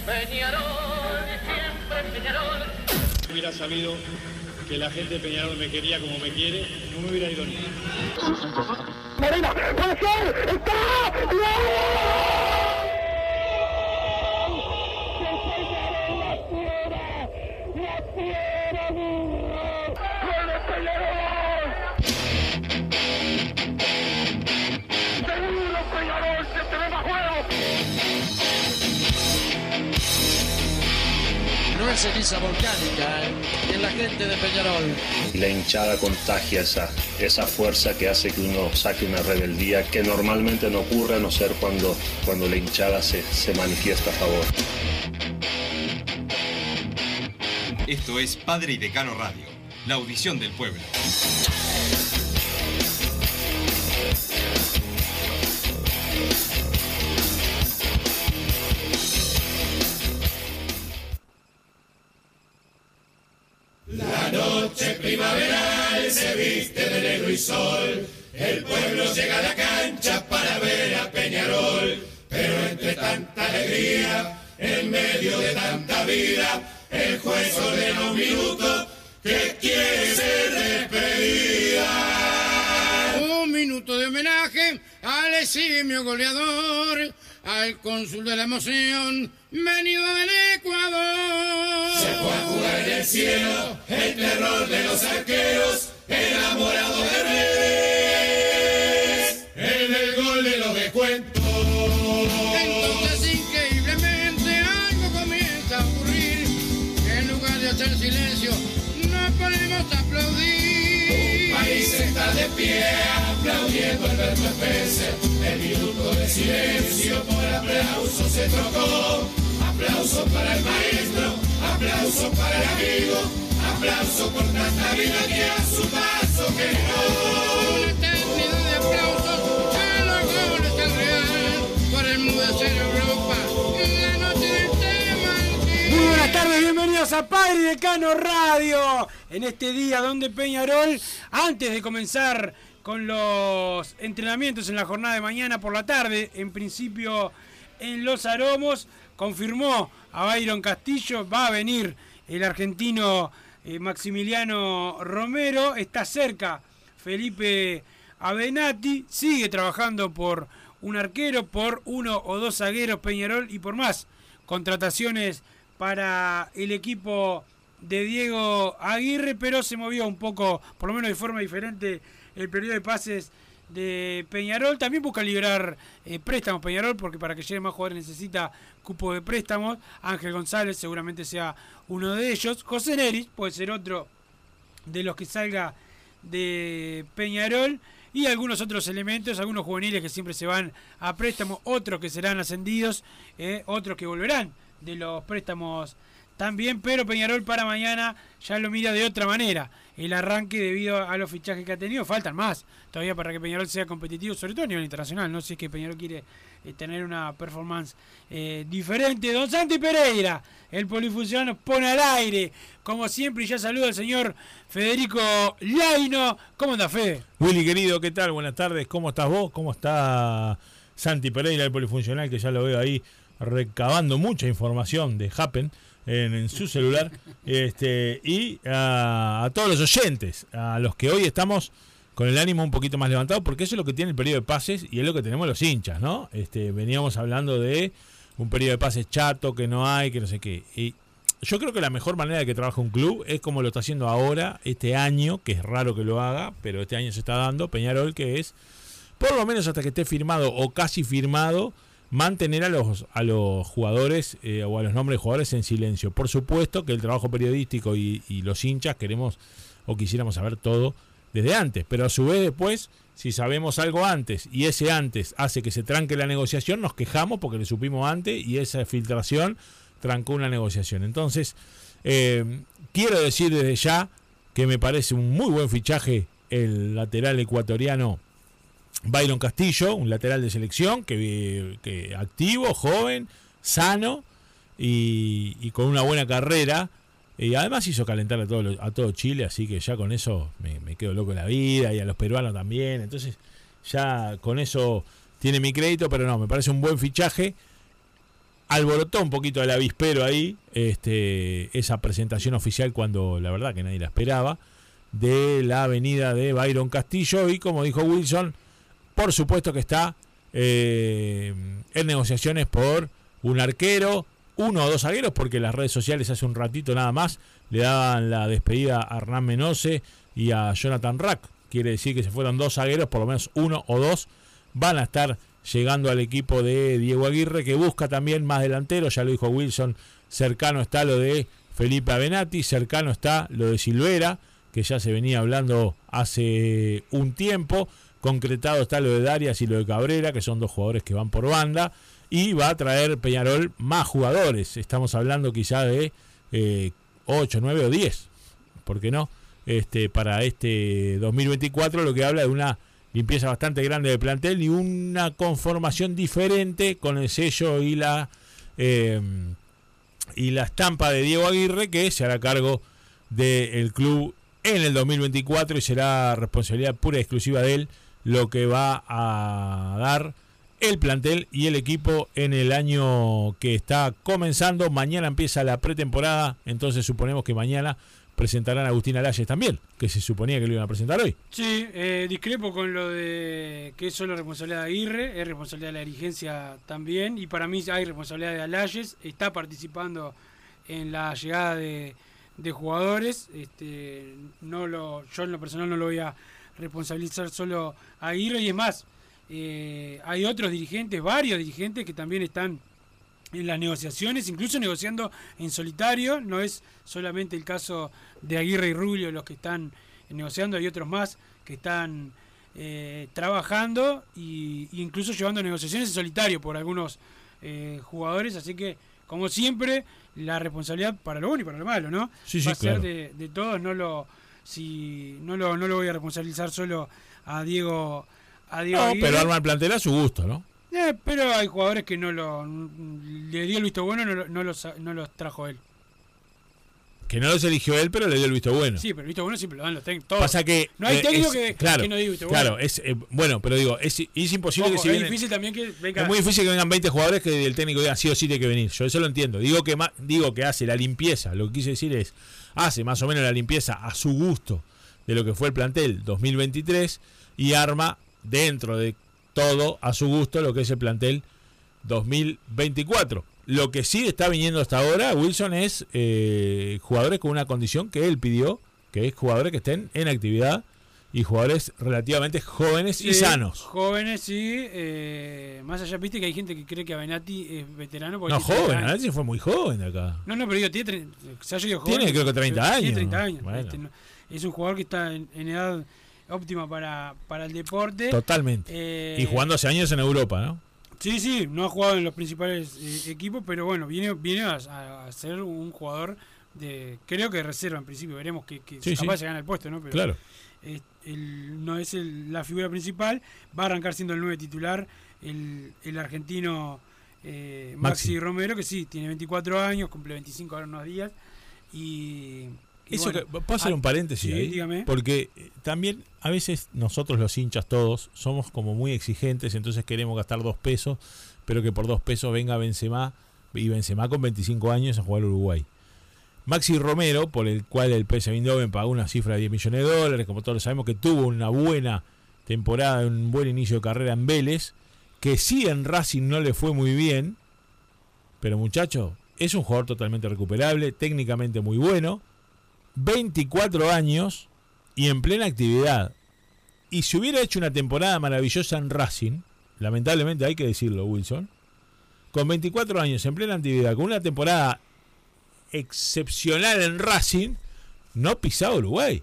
Peñarol, siempre Peñarol. Si hubiera sabido que la gente de Peñarol me quería como me quiere, no me hubiera ido ni. Morena, puede ser, está, No es ceniza volcánica, es la gente de Peñarol. La hinchada contagia esa fuerza que hace que uno saque una rebeldía que normalmente no ocurre a no ser cuando la hinchada se manifiesta a favor. Esto es Padre y Decano Radio, la audición del pueblo. La noche primaveral se viste de negro y sol, el pueblo llega a la cancha para ver a Peñarol, pero entre tanta alegría, en medio de tanta vida, el juez ordena un minuto que quiere ser despedida. Un minuto de homenaje al eximio goleador, al cónsul de la emoción, venido del Ecuador. Se fue a jugar en el cielo, el terror de los arqueros, enamorado de Vélez, el del gol de los descuentos. Entonces increíblemente algo comienza a ocurrir, en lugar de hacer silencio, nos ponemos a aplaudir. Un país está de pie, aplaudiendo el verbo Spencer, el minuto de silencio por aplauso se trocó. Aplauso para el maestro, aplauso para el amigo, aplauso por tanta vida que a su paso generó. Una eternidad de aplausos, a los goles del Real, por el mudecer Europa, la noche del tema. Muy buenas tardes, bienvenidos a Padre y Decano Radio, en este día donde Peñarol, antes de comenzar con los entrenamientos en la jornada de mañana por la tarde, en principio en Los Aromos, confirmó a Byron Castillo, va a venir el argentino Maximiliano Romero, está cerca Felipe Avenatti, sigue trabajando por un arquero, por uno o dos zagueros Peñarol y por más contrataciones para el equipo de Diego Aguirre, pero se movió un poco, por lo menos de forma diferente, el periodo de pases de Peñarol. También busca liberar préstamos Peñarol, porque para que lleguen más jugadores necesita cupo de préstamos. Ángel González seguramente sea uno de ellos. José Neris puede ser otro de los que salga de Peñarol. Y algunos otros elementos, algunos juveniles que siempre se van a préstamos, otros que serán ascendidos, otros que volverán de los préstamos también, pero Peñarol para mañana ya lo mira de otra manera. El arranque debido a los fichajes que ha tenido, faltan más todavía para que Peñarol sea competitivo, sobre todo a nivel internacional. No sé si es que Peñarol quiere tener una performance diferente. Don Santi Pereira, el polifuncional, nos pone al aire, como siempre, y ya saluda al señor Federico Laino. ¿Cómo anda, Fede? Willy, querido, ¿qué tal? Buenas tardes, ¿cómo estás vos? ¿Cómo está Santi Pereira, el polifuncional, que ya lo veo ahí recabando mucha información de Happen en su celular, y a todos los oyentes, a los que hoy estamos con el ánimo un poquito más levantado, porque eso es lo que tiene el periodo de pases y es lo que tenemos los hinchas, ¿no? Veníamos hablando de un periodo de pases chato, que no hay, que no sé qué. Y yo creo que la mejor manera de que trabaje un club es como lo está haciendo ahora, este año, que es raro que lo haga, pero este año se está dando, Peñarol, que es, por lo menos hasta que esté firmado o casi firmado, mantener a los jugadores o a los nombres de jugadores en silencio. Por supuesto que el trabajo periodístico y los hinchas queremos o quisiéramos saber todo desde antes, pero a su vez después, si sabemos algo antes y ese antes hace que se tranque la negociación, nos quejamos porque le supimos antes y esa filtración trancó una negociación. Entonces, quiero decir desde ya que me parece un muy buen fichaje el lateral ecuatoriano Byron Castillo, un lateral de selección que activo, joven, sano y con una buena carrera. Y además hizo calentar a todo Chile, así que ya con eso me quedo loco en la vida, y a los peruanos también. Entonces ya con eso tiene mi crédito, pero no, me parece un buen fichaje. alborotó un poquito el avispero ahí, esa presentación oficial cuando la verdad que nadie la esperaba, de la avenida de Byron Castillo, y como dijo Wilson, por supuesto que está en negociaciones por un arquero, 1 o 2 zagueros, porque las redes sociales hace un ratito nada más le daban la despedida a Hernán Menose y a Jonathan Rack. Quiere decir que se fueron 2 zagueros, por lo menos 1 o 2 van a estar llegando al equipo de Diego Aguirre, que busca también más delanteros. Ya lo dijo Wilson, cercano está lo de Felipe Avenatti, cercano está lo de Silvera, que ya se venía hablando hace un tiempo. Concretado está lo de Darias y lo de Cabrera, que son 2 jugadores que van por banda, y va a traer Peñarol más jugadores. Estamos hablando quizá de 8, 9 o 10, ¿por qué no? Para este 2024, lo que habla de una limpieza bastante grande de plantel y una conformación diferente con el sello y la estampa de Diego Aguirre, que se hará cargo del club en el 2024 y será responsabilidad pura y exclusiva de él lo que va a dar el plantel y el equipo en el año que está comenzando. Mañana empieza la pretemporada, entonces suponemos que mañana presentarán a Agustín Alayes también, que se suponía que lo iban a presentar hoy. Sí, discrepo con lo de que es solo responsabilidad de Aguirre, es responsabilidad de la dirigencia también, y para mí hay responsabilidad de Alayes, está participando en la llegada de jugadores. Yo en lo personal no lo voy a responsabilizar solo a Aguirre, y es más, hay otros dirigentes, varios dirigentes que también están en las negociaciones, incluso negociando en solitario. No es solamente el caso de Aguirre y Rubio los que están negociando, hay otros más que están trabajando e incluso llevando negociaciones en solitario por algunos jugadores, así que como siempre la responsabilidad para lo bueno y para lo malo, ¿no? Sí, va a claro. ser de todos. No lo voy a responsabilizar solo a Diego Aguirre. Pero arma el plantel a su gusto, ¿no? Pero hay jugadores que le dio el visto bueno, no los trajo él. Que no los eligió él, pero le dio el visto bueno. Sí, pero el visto bueno siempre lo dan los técnicos. Pasa que no hay técnico que no diga visto bueno. Claro, bueno, pero digo, es imposible. Ojo, que es difícil también que venga. Es muy difícil que vengan 20 jugadores que el técnico diga sí o sí tiene que venir. Yo eso lo entiendo. Digo que hace la limpieza. Lo que quise decir es, hace más o menos la limpieza a su gusto de lo que fue el plantel 2023 y arma dentro de todo a su gusto lo que es el plantel 2024. Lo que sí está viniendo hasta ahora, Wilson, es jugadores con una condición que él pidió, que es jugadores que estén en actividad y jugadores relativamente jóvenes y sanos. Jóvenes, sí. Más allá, viste que hay gente que cree que Avenatti es veterano. No, joven, Avenatti fue muy joven de acá. No, pero digo, tiene creo que 30 años. Tiene 30 años. Bueno. Es un jugador que está en edad óptima para el deporte. Totalmente. Y jugando hace años en Europa, ¿no? Sí, no ha jugado en los principales equipos, pero bueno, viene a ser un jugador creo que de reserva en principio. Veremos que capaz se gana el puesto, ¿no? Pero claro. No es la figura principal. Va a arrancar siendo el 9 titular el argentino Maxi Romero, que sí, tiene 24 años, cumple 25 ahora en unos días. Eso bueno, ¿puedo hacer un paréntesis ahí? Dígame. Porque también a veces nosotros los hinchas todos somos como muy exigentes, entonces queremos gastar 2 pesos, pero que por 2 pesos venga Benzema, y Benzema con 25 años a jugar a Uruguay. Maxi Romero, por el cual el PSV Eindhoven pagó una cifra de $10 millones, como todos sabemos, que tuvo una buena temporada, un buen inicio de carrera en Vélez, que sí en Racing no le fue muy bien, pero muchacho, es un jugador totalmente recuperable, técnicamente muy bueno, 24 años y en plena actividad. Y si hubiera hecho una temporada maravillosa en Racing, lamentablemente hay que decirlo, Wilson, con 24 años en plena actividad, con una temporada excepcional en Racing, no pisaba Uruguay.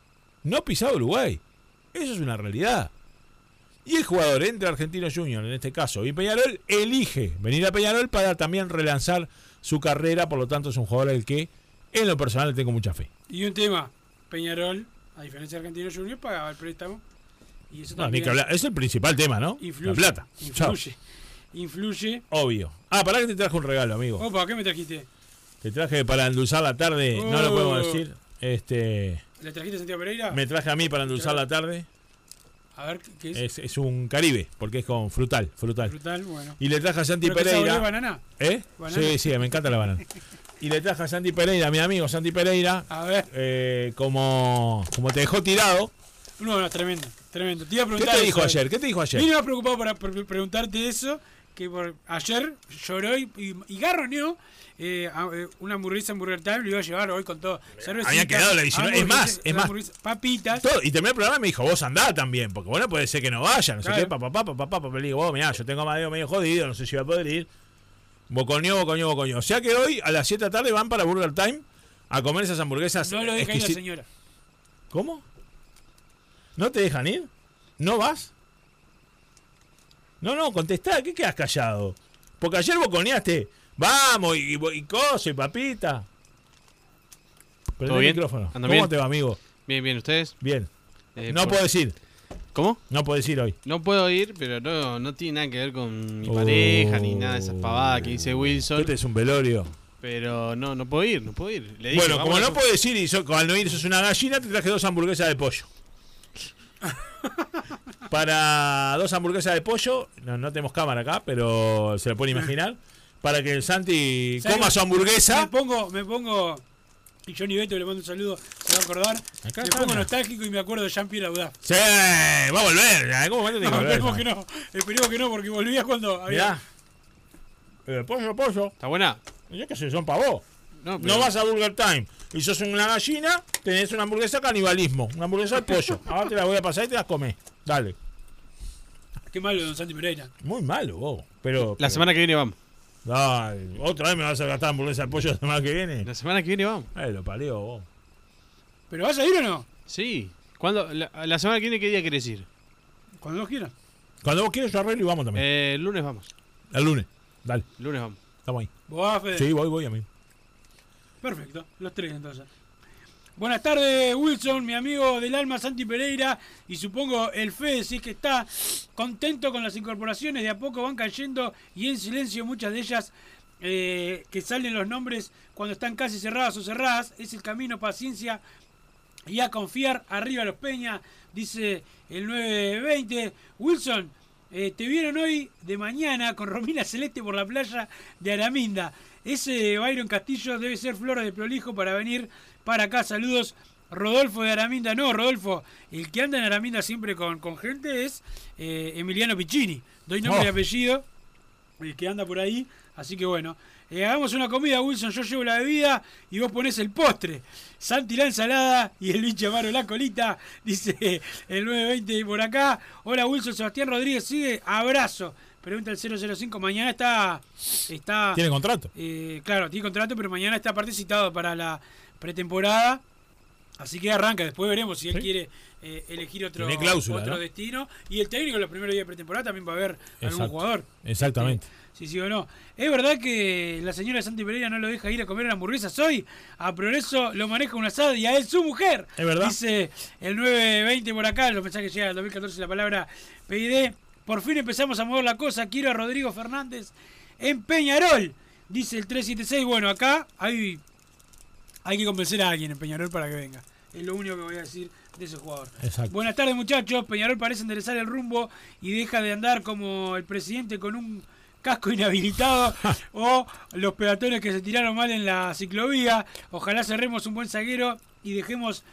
Eso es una realidad. Y el jugador entre Argentinos Juniors, en este caso, y Peñarol, elige venir a Peñarol para también relanzar su carrera. Por lo tanto, es un jugador al que en lo personal le tengo mucha fe. Y un tema, Peñarol, a diferencia de Argentinos Juniors, pagaba el préstamo. Y eso no, también es el principal tema, ¿no? Influye, la plata. Influye. Obvio. ¿Para qué te traje un regalo, amigo? Opa, ¿qué me trajiste? Te traje para endulzar la tarde, no lo podemos decir. ¿Le trajiste a Santiago Pereira? Me traje a mí para endulzar la tarde. A ver, ¿qué es? Es un Caribe, porque es con frutal. Frutal, bueno. Y le traje a Santi ¿Pero qué Pereira. sabor es, banana? ¿Banana? Sí, me encanta la banana. Y le traje a Santi Pereira, mi amigo Santi Pereira. A ver. Como te dejó tirado. No, tremendo. Te iba a preguntar. ¿Qué te dijo ayer? Vine más preocupado por preguntarte eso, que ayer lloró y garroneó una hamburguesa en Burger Time, lo iba a llevar hoy con todo. Habían quedado la 19. Es más. Papitas. Todo, y terminé el programa y me dijo, vos andá también, porque bueno, puede ser que no vaya, no sé qué, papá. Le digo, vos, mirá, yo tengo a Madeo medio jodido, no sé si va a poder ir. Bocoñó. O sea que hoy a las 7 de la tarde van para Burger Time a comer esas hamburguesas. No lo deja ir la señora. ¿Cómo? ¿No te dejan ir? ¿No vas? No, contestá, ¿qué quedas callado? Porque ayer boconeaste, vamos, y coso, y papita. ¿Todo bien? ¿Cómo te va, amigo? Bien, ¿ustedes? Bien. No puedes ir. ¿Cómo? No puedes ir hoy. No puedo ir, pero no tiene nada que ver con mi pareja ni nada de esas pavadas que dice Wilson. Este es un velorio. Pero no puedo ir. Le dije, bueno, como no puedes ir y al no ir sos una gallina, te traje 2 hamburguesas de pollo. Para 2 hamburguesas de pollo, no tenemos cámara acá, pero se lo pueden imaginar. Para que el Santi coma su hamburguesa. Me pongo. Y Johnny Beto, le mando un saludo, se va a acordar. Me pongo nostálgico y me acuerdo de Jean-Pierre Audaz. Sí, va a volver. ¿En algún momento tiene que volver? Esperemos que no, porque volvías cuando había. Mirá. Pollo. ¿Está buena? Yo qué sé, son para vos. No vas a Burger Time y sos una gallina, tenés una hamburguesa canibalismo, una hamburguesa de pollo. Ahora te la voy a pasar y te las comés. Dale. Qué malo, don Santi Pereira. Muy malo, vos. Pero la semana que viene vamos. Ay, ¿otra vez me vas a gastar hamburguesa de pollo la semana que viene? La semana que viene vamos. Lo parió vos. ¿Pero vas a ir o no? Sí. ¿Cuándo? La semana que viene, ¿qué día querés ir? Cuando vos quieras. Cuando vos quieras yo arreglo y vamos también. El lunes vamos. El lunes, dale. El lunes vamos. Estamos ahí. ¿Vos vas, Fede? Sí, voy, amigo. Perfecto, los 3 entonces. Buenas tardes, Wilson, mi amigo del alma Santi Pereira, y supongo el Fede, si es que está contento con las incorporaciones, de a poco van cayendo y en silencio muchas de ellas, que salen los nombres cuando están casi cerradas o cerradas. Es el camino, paciencia y a confiar. Arriba los Peña, dice el 920. Wilson, te vieron hoy de mañana con Romina Celeste por la playa de Araminda. Ese Byron Castillo debe ser flor de prolijo para venir para acá. Saludos, Rodolfo de Araminda. No, Rodolfo, el que anda en Araminda siempre con gente es Emiliano Piccini. Doy nombre y apellido, el que anda por ahí. Así que bueno, hagamos una comida, Wilson. Yo llevo la bebida y vos ponés el postre. Santi la ensalada y el bicho Amaro la colita, dice el 920 por acá. Hola, Wilson. Sebastián Rodríguez sigue. Abrazo. Pregunta el 005. Mañana está ¿tiene contrato? Claro, tiene contrato, pero mañana está aparte citado para la pretemporada. Así que arranca. Después veremos si él quiere elegir otro destino. Y el técnico en los primeros días de pretemporada también va a haber algún jugador. Exactamente. Sí o no. ¿Es verdad que la señora Santi Pereira no lo deja ir a comer hamburguesas hoy? A Progreso lo maneja un asado y a él su mujer. ¿Es verdad? Dice el 920 por acá. Los mensajes llegan al 2014 la palabra PID. Por fin empezamos a mover la cosa. Quiero a Rodrigo Fernández en Peñarol, dice el 376. Bueno, acá hay que convencer a alguien en Peñarol para que venga. Es lo único que voy a decir de ese jugador. Exacto. Buenas tardes, muchachos. Peñarol parece enderezar el rumbo y deja de andar como el presidente con un casco inhabilitado o los peatones que se tiraron mal en la ciclovía. Ojalá cerremos un buen zaguero y dejemos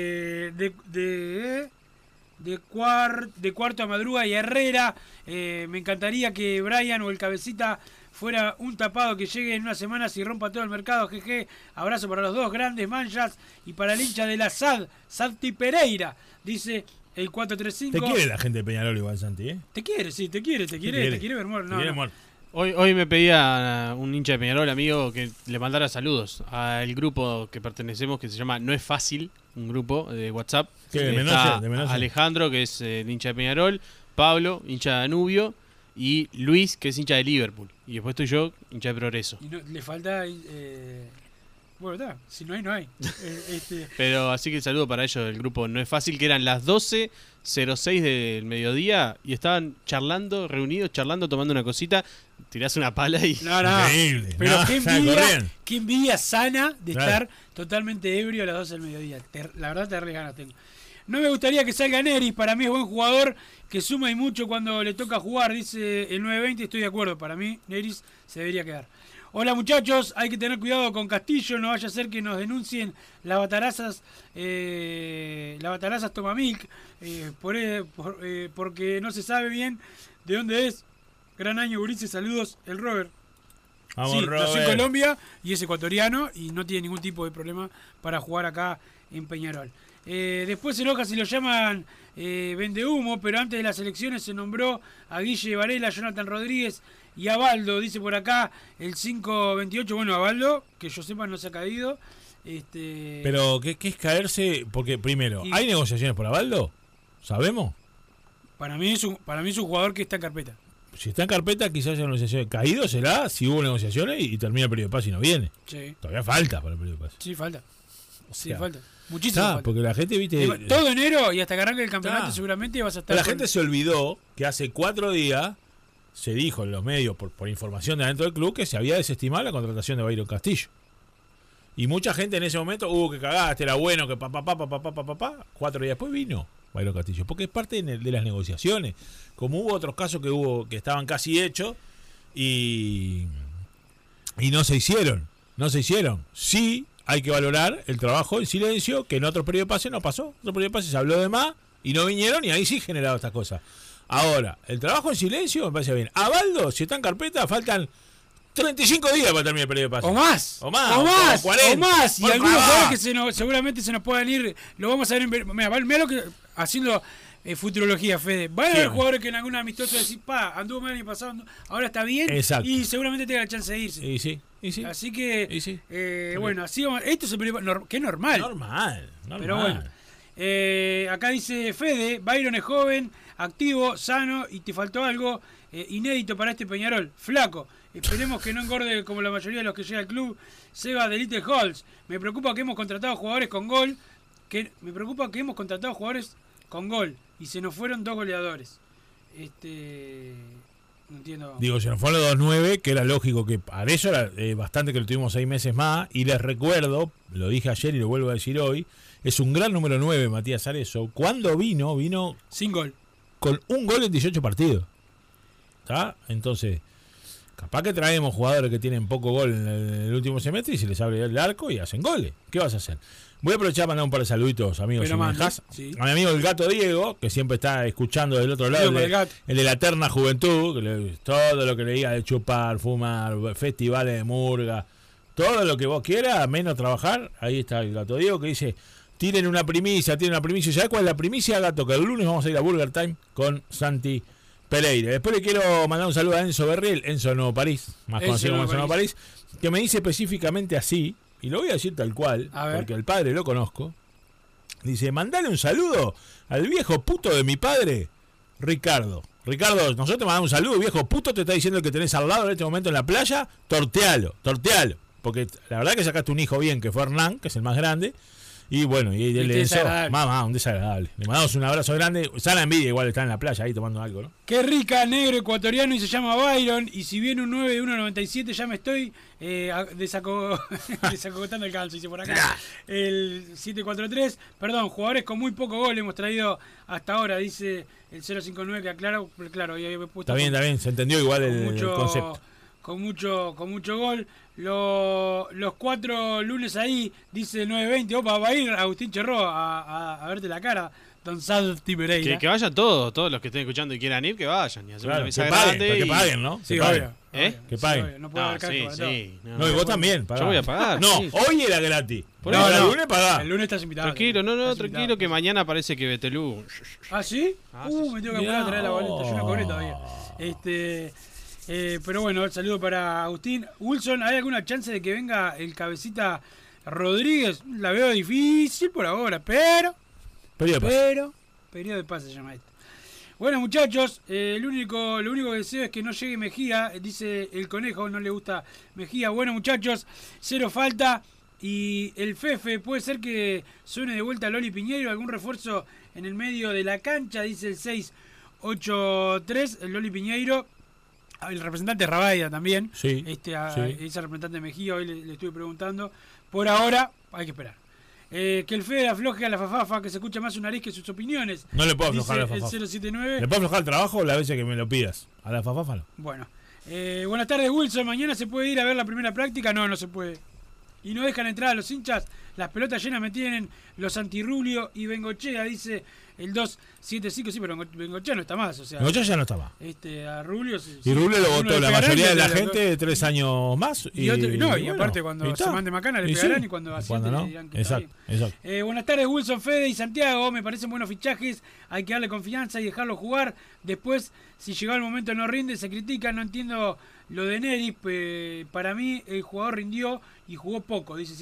de cuarto a Madruga y a Herrera. Me encantaría que Brian o el Cabecita fuera un tapado que llegue en unas semanas y rompa todo el mercado. Jeje. Abrazo para los dos grandes manchas y para el hincha de la SAD, Santi Pereira, dice el 435. Te quiere la gente de Peñarol igual, Santi, Te quiere, sí, te quiere ver muerto. No. Hoy me pedía un hincha de Peñarol, amigo, que le mandara saludos al grupo que pertenecemos, que se llama No es Fácil, un grupo de WhatsApp. ¿De Menose? Alejandro, que es hincha de Peñarol, Pablo, hincha de Danubio, y Luis, que es hincha de Liverpool. Y después estoy yo, hincha de Progreso. Y no, le falta... bueno, está, si no hay, no hay. Pero así que el saludo para ellos del grupo No es Fácil, que eran las 12:06 del mediodía y estaban reunidos, tomando una cosita. Tirás una pala y... No. Increíble. Pero qué envidia sana de estar totalmente ebrio a las 12 del mediodía. La verdad, te ganas tengo. No me gustaría que salga Neris, para mí es buen jugador, que suma y mucho cuando le toca jugar, dice el 920, estoy de acuerdo, para mí Neris se debería quedar. Hola muchachos, hay que tener cuidado con Castillo, no vaya a ser que nos denuncien las batarazas Tomamilk, porque no se sabe bien de dónde es. Gran año, gurises, saludos, el Robert. Vamos, sí, Robert. nació en Colombia y es ecuatoriano y no tiene ningún tipo de problema para jugar acá en Peñarol. Después se enoja si lo llaman vende humo, pero antes de las elecciones se nombró a Guille Varela, Jonathan Rodríguez y a Baldo, dice por acá el 528. Bueno, a Baldo, que yo sepa, no se ha caído. Pero, ¿qué es caerse? Porque, primero, ¿hay negociaciones por Abaldo? ¿Sabemos? Para mí es un jugador que está en carpeta. Si está en carpeta, quizás haya negociaciones. Caído será si hubo negociaciones y termina el periodo de pase y no viene. Sí. Todavía falta para el periodo de pase. Sí, falta. Sí, falta. Muchísimo falta. Porque la gente, viste... Digo, todo enero y hasta que arranque el campeonato seguramente vas a estar... La gente se olvidó que hace 4 días se dijo en los medios, por información de adentro del club, que se había desestimado la contratación de Byron Castillo. Y mucha gente en ese momento, que cagaste, era bueno, que 4 días después vino Byron Castillo, porque es parte de las negociaciones. Como hubo otros casos que estaban casi hechos y no se hicieron. Sí, hay que valorar el trabajo en silencio, que en otros periodos de pase no pasó. En otros periodos de pase se habló de más y no vinieron, y ahí sí generado estas cosas. Ahora, el trabajo en silencio me parece bien. A Baldo, si está en carpeta, faltan 35 días para terminar el periodo de pase. O más. 40, y algunos jugadores que seguramente se nos puedan ir, lo vamos a ver en... Mira lo que... Haciendo futurología, Fede. Van a haber jugadores que en algún amistoso decir, anduvo mal el año pasado, ahora está bien. Exacto. Y seguramente tenga la chance de irse. Y sí. Así que, bueno, así vamos. Esto es el periodo... que es normal. Normal. Pero bueno. Acá dice Fede, Byron es joven, activo, sano y te faltó algo inédito para este Peñarol, flaco. Esperemos que no engorde como la mayoría de los que llega al club. Seba de Little Halls. Me preocupa que hemos contratado jugadores con gol. Y se nos fueron 2 goleadores. No entiendo. Digo, se nos fueron los 2-9, que era lógico que para eso era bastante que lo tuvimos 6 meses más. Y les recuerdo, lo dije ayer y lo vuelvo a decir hoy, es un gran número 9, Matías Arezo. Cuando vino sin gol. Con un gol en 18 partidos. ¿Está? Entonces, capaz que traemos jugadores que tienen poco gol en el último semestre y se les abre el arco y hacen goles. ¿Qué vas a hacer? Voy a aprovechar para mandar un par de saluditos, amigos. Si me dejás. Sí. A mi amigo el Gato Diego, que siempre está escuchando del otro lado, el de la eterna juventud, todo lo que le diga de chupar, fumar, festivales de murga, todo lo que vos quieras, menos trabajar. Ahí está el Gato Diego que dice, tienen una primicia. ¿Sabés cuál es la primicia, Gato? Que el lunes vamos a ir a Burger Time con Santi Pereira. Después le quiero mandar un saludo a Enzo Berriel, Enzo Nuevo París, más conocido como Enzo Nuevo París, que me dice específicamente así, y lo voy a decir tal cual, porque el padre lo conozco. Dice, mandale un saludo al viejo puto de mi padre, Ricardo. Ricardo, nosotros te mandamos un saludo, viejo puto, te está diciendo el que tenés al lado en este momento en la playa, tortealo. Porque la verdad que sacaste un hijo bien, que fue Hernán, que es el más grande. Y bueno, y él le hizo, un desagradable. Le mandamos un abrazo grande. Sana envidia, igual está en la playa ahí tomando algo, ¿no? Qué rica, negro ecuatoriano y se llama Byron. Y si viene un 9 de 1.97, ya me estoy desacogotando el calzo, dice por acá. El 743, perdón, jugadores con muy poco gol hemos traído hasta ahora, dice el 059, que aclara, claro. Está bien, se entendió igual el concepto. Con mucho gol. Los 4 lunes ahí, dice el 920. Opa, va a ir Agustín Cherró a verte la cara, don Santi Pereira. Que vayan todos los que estén escuchando y quieran ir, que vayan. Y hacer una mesa grande. Que paguen, ¿no? Sí, obvio. Que paguen. No puede haber cargo para No, y vos también pagás. Yo voy a pagar. No, sí. Hoy era gratis. El lunes pagás. El lunes estás invitado. Tranquilo, que mañana parece que Betelú. ¿Ah, sí? Me tengo que poner a traer la boleta. Yo no cobré todavía. Pero bueno, el saludo para Agustín. Wilson, ¿hay alguna chance de que venga el cabecita Rodríguez? La veo difícil por ahora, pero periodo de pase se llama esto. Bueno, muchachos, lo único que deseo es que no llegue Mejía, dice el Conejo, no le gusta Mejía. Bueno, muchachos, 0 falta. Y el Fefe, puede ser que suene de vuelta a Loli Piñeiro, algún refuerzo en el medio de la cancha, dice el 683, el Loli Piñeiro. El representante Rabaida también. Sí, ese representante de Mejía, hoy le estuve preguntando. Por ahora hay que esperar. Que el Fede afloje a la fafafa, que se escucha más su nariz que sus opiniones. No le puedo aflojar a la fafafa. El 079. ¿Le puedo aflojar el trabajo las veces que me lo pidas? A la fafafa no. Bueno. Buenas tardes, Wilson. ¿Mañana se puede ir a ver la primera práctica? No, no se puede. Y no dejan entrar a los hinchas. Las pelotas llenas me tienen los Antirrulio y Bengochea, dice el 275. Sí, pero Bengochea no está más. O sea, Bengochea ya no está más. A Rulio. Y Rulio lo votó la mayoría de la gente 3 años más. Y bueno, aparte cuando se mande Macana le pegarán y cuando asiente le dirán que exacto. Buenas tardes, Wilson, Fede y Santiago. Me parecen buenos fichajes. Hay que darle confianza y dejarlo jugar. Después, si llegado el momento no rinde, se critica. No entiendo lo de Neris. Para mí, el jugador rindió y jugó poco. Dice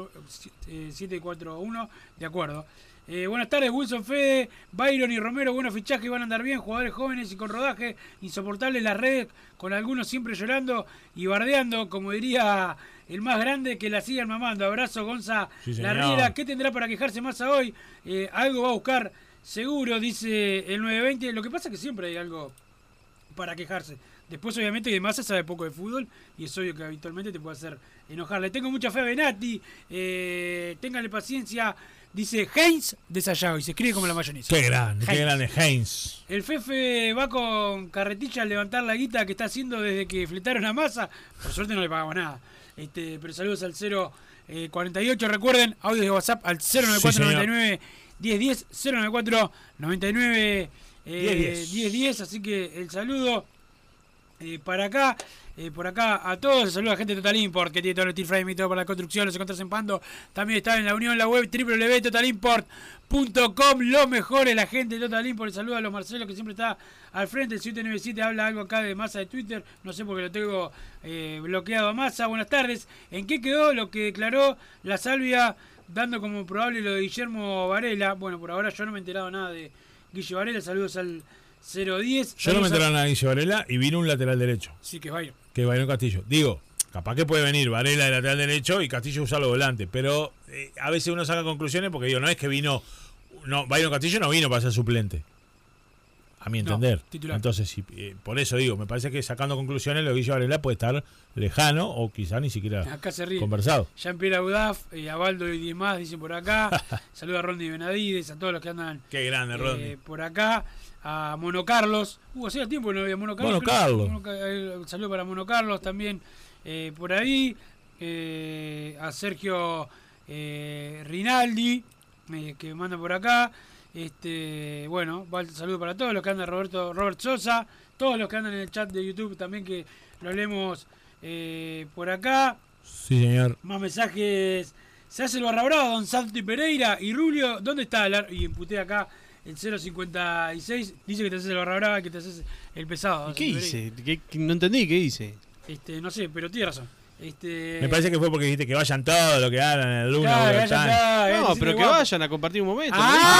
741. De acuerdo. Buenas tardes, Wilson, Fede, Byron y Romero. Buenos fichajes, van a andar bien. Jugadores jóvenes y con rodaje. Insoportables las redes, con algunos siempre llorando y bardeando. Como diría el más grande, que la sigan mamando. Abrazo, Gonza Larriera. ¿Qué tendrá para quejarse más a hoy? Algo va a buscar seguro, dice el 920. Lo que pasa es que siempre hay algo para quejarse. Después, obviamente, que Massa sabe poco de fútbol y es obvio que habitualmente te puede hacer enojar. Le tengo mucha fe a Benatti. Téngale paciencia. Dice Heinz de Sayago y se escribe como la mayonesa. Qué grande Heinz. El Fefe va con carretilla a levantar la guita que está haciendo desde que fletaron a Massa. Por suerte no le pagamos nada. Pero saludos al 048. Recuerden, audios de WhatsApp al 09499 1010 094 99 1010. Así que el saludo para acá. Por acá a todos, se saluda a la gente de Total Import, que tiene todo el steel frame y todo para la construcción, los encontrás en Pando. También está en la unión, la web www.totalimport.com. Lo mejor es la gente de Total Import. Saluda a los Marcelo, que siempre está al frente. El 797 habla algo acá de Massa de Twitter, no sé por qué lo tengo bloqueado a Massa. Buenas tardes. ¿En qué quedó lo que declaró la Salvia, dando como probable lo de Guillermo Varela? Bueno, por ahora yo no me he enterado nada de Guille Varela. Saludos al 010. Yo no me enteré nada de Guille Varela y vino un lateral derecho. Sí, que vaya. Que Byron Castillo. Digo, capaz que puede venir Varela de lateral derecho y Castillo usarlo volante, pero a veces uno saca conclusiones porque digo, no es que vino, no, Byron Castillo no vino para ser suplente, a mi entender. Titular. Entonces, por eso digo, me parece que sacando conclusiones lo de Guille Varela puede estar lejano o quizá ni siquiera acá se ríe. Conversado. Jean-Pierre Audaf, a Baldo y demás dicen por acá. Saluda a Rondy Benavides, a todos los que andan. Qué grande, Rondy. Por acá. A Mono Carlos. Hacía tiempo que no había Mono Carlos. Saludo para Mono Carlos también. Por ahí. A Sergio Rinaldi, que manda por acá. Bueno, saludo para todos los que andan. Robert Sosa. Todos los que andan en el chat de YouTube también, que lo leemos por acá. Sí, señor. Más mensajes. Se hace el barra brava, Don Santi Pereira y Rulio. ¿Dónde está? Y emputé acá. El 056 dice que te haces el barra brava, que te haces el pesado. ¿Qué hice? No entendí, ¿qué hice? No sé, pero tiene razón. Me parece que fue porque dijiste que vayan todos los que hagan en el lunes. Claro, no, pero que vayan a compartir un momento.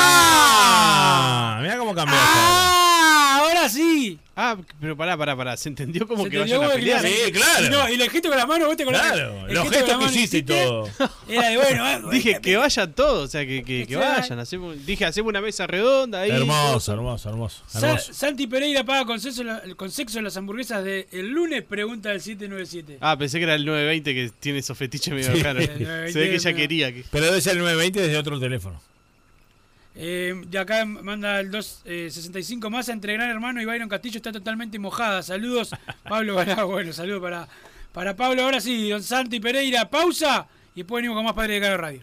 Mirá cómo cambió. Ahora sí. Pero pará. Se entendió como se que vayan a pelear. Sí, claro. Y el gesto con la mano, vos te con claro, los gestos que hiciste y todo. Era de bueno. Dije que vayan todos, o sea, que vayan. Hacemos una mesa redonda ahí. Hermoso. Santi Pereira paga con sexo las hamburguesas del lunes, pregunta el 797. Pensé que era el 920 que tiene esos fetiches medio caros. Se ve que ella quería. Pero debe ser el 920 desde otro teléfono. De acá manda el 265 más entre Gran Hermano y Byron Castillo está totalmente mojada. Saludos, Pablo Balá. Bueno, saludos para Pablo. Ahora sí, Don Santi Pereira, pausa y después venimos con más Padre de Cano Radio.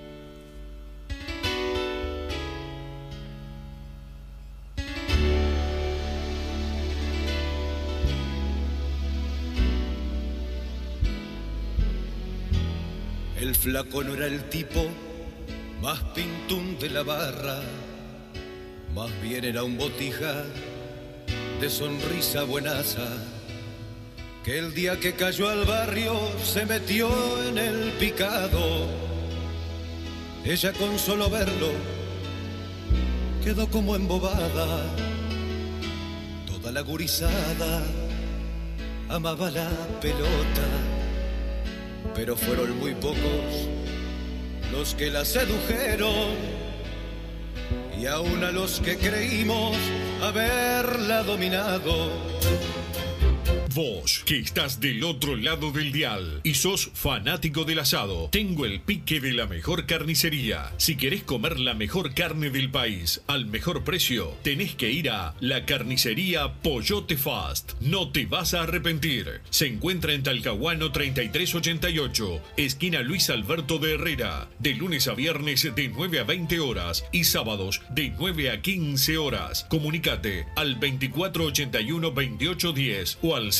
El flaco no era el tipo más pintún de la barra, más bien era un botija de sonrisa buenaza, que el día que cayó al barrio se metió en el picado. Ella con solo verlo quedó como embobada. Toda la gurizada amaba la pelota, pero fueron muy pocos los que la sedujeron, y aún a los que creímos haberla dominado. Vos, que estás del otro lado del dial y sos fanático del asado, tengo el pique de la mejor carnicería. Si querés comer la mejor carne del país al mejor precio, tenés que ir a la carnicería Pollote Fast. No te vas a arrepentir. Se encuentra en Talcahuano 3388, esquina Luis Alberto de Herrera, de lunes a viernes de 9 a 20 horas y sábados de 9 a 15 horas. Comunicate al 2481-2810 o al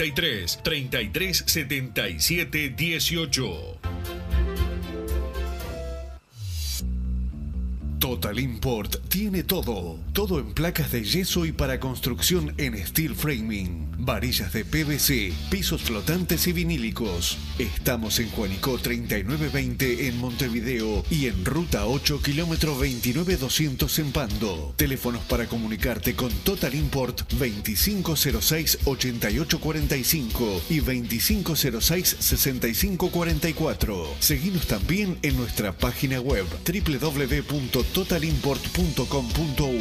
093-3377-18. Total Import tiene todo en placas de yeso y para construcción en steel framing, varillas de PVC, pisos flotantes y vinílicos. Estamos en Juanico 3920 en Montevideo y en Ruta 8 kilómetro 29200 en Pando. Teléfonos para comunicarte con Total Import 2506-8845 y 2506-6544. Seguinos también en nuestra página web www.totalimport.com.uy.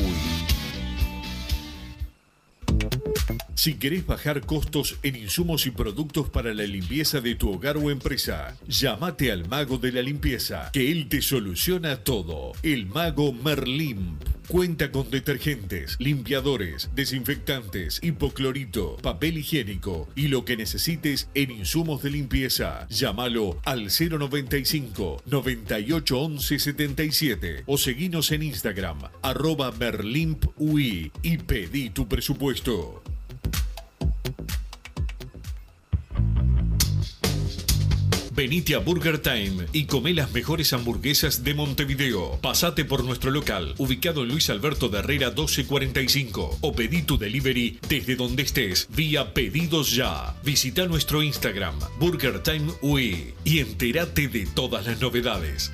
Si querés bajar costos en insumos y productos para la limpieza de tu hogar o empresa, llámate al mago de la limpieza, que él te soluciona todo. El mago Merlimp. Cuenta con detergentes, limpiadores, desinfectantes, hipoclorito, papel higiénico y lo que necesites en insumos de limpieza. Llámalo al 095 98 11 77 o seguinos en Instagram @merlimpui y pedí tu presupuesto. Venite a Burger Time y come las mejores hamburguesas de Montevideo. Pasate por nuestro local, ubicado en Luis Alberto de Herrera 1245, o pedí tu delivery desde donde estés, vía Pedidos Ya. Visita nuestro Instagram, Burger Time UI, y entérate de todas las novedades.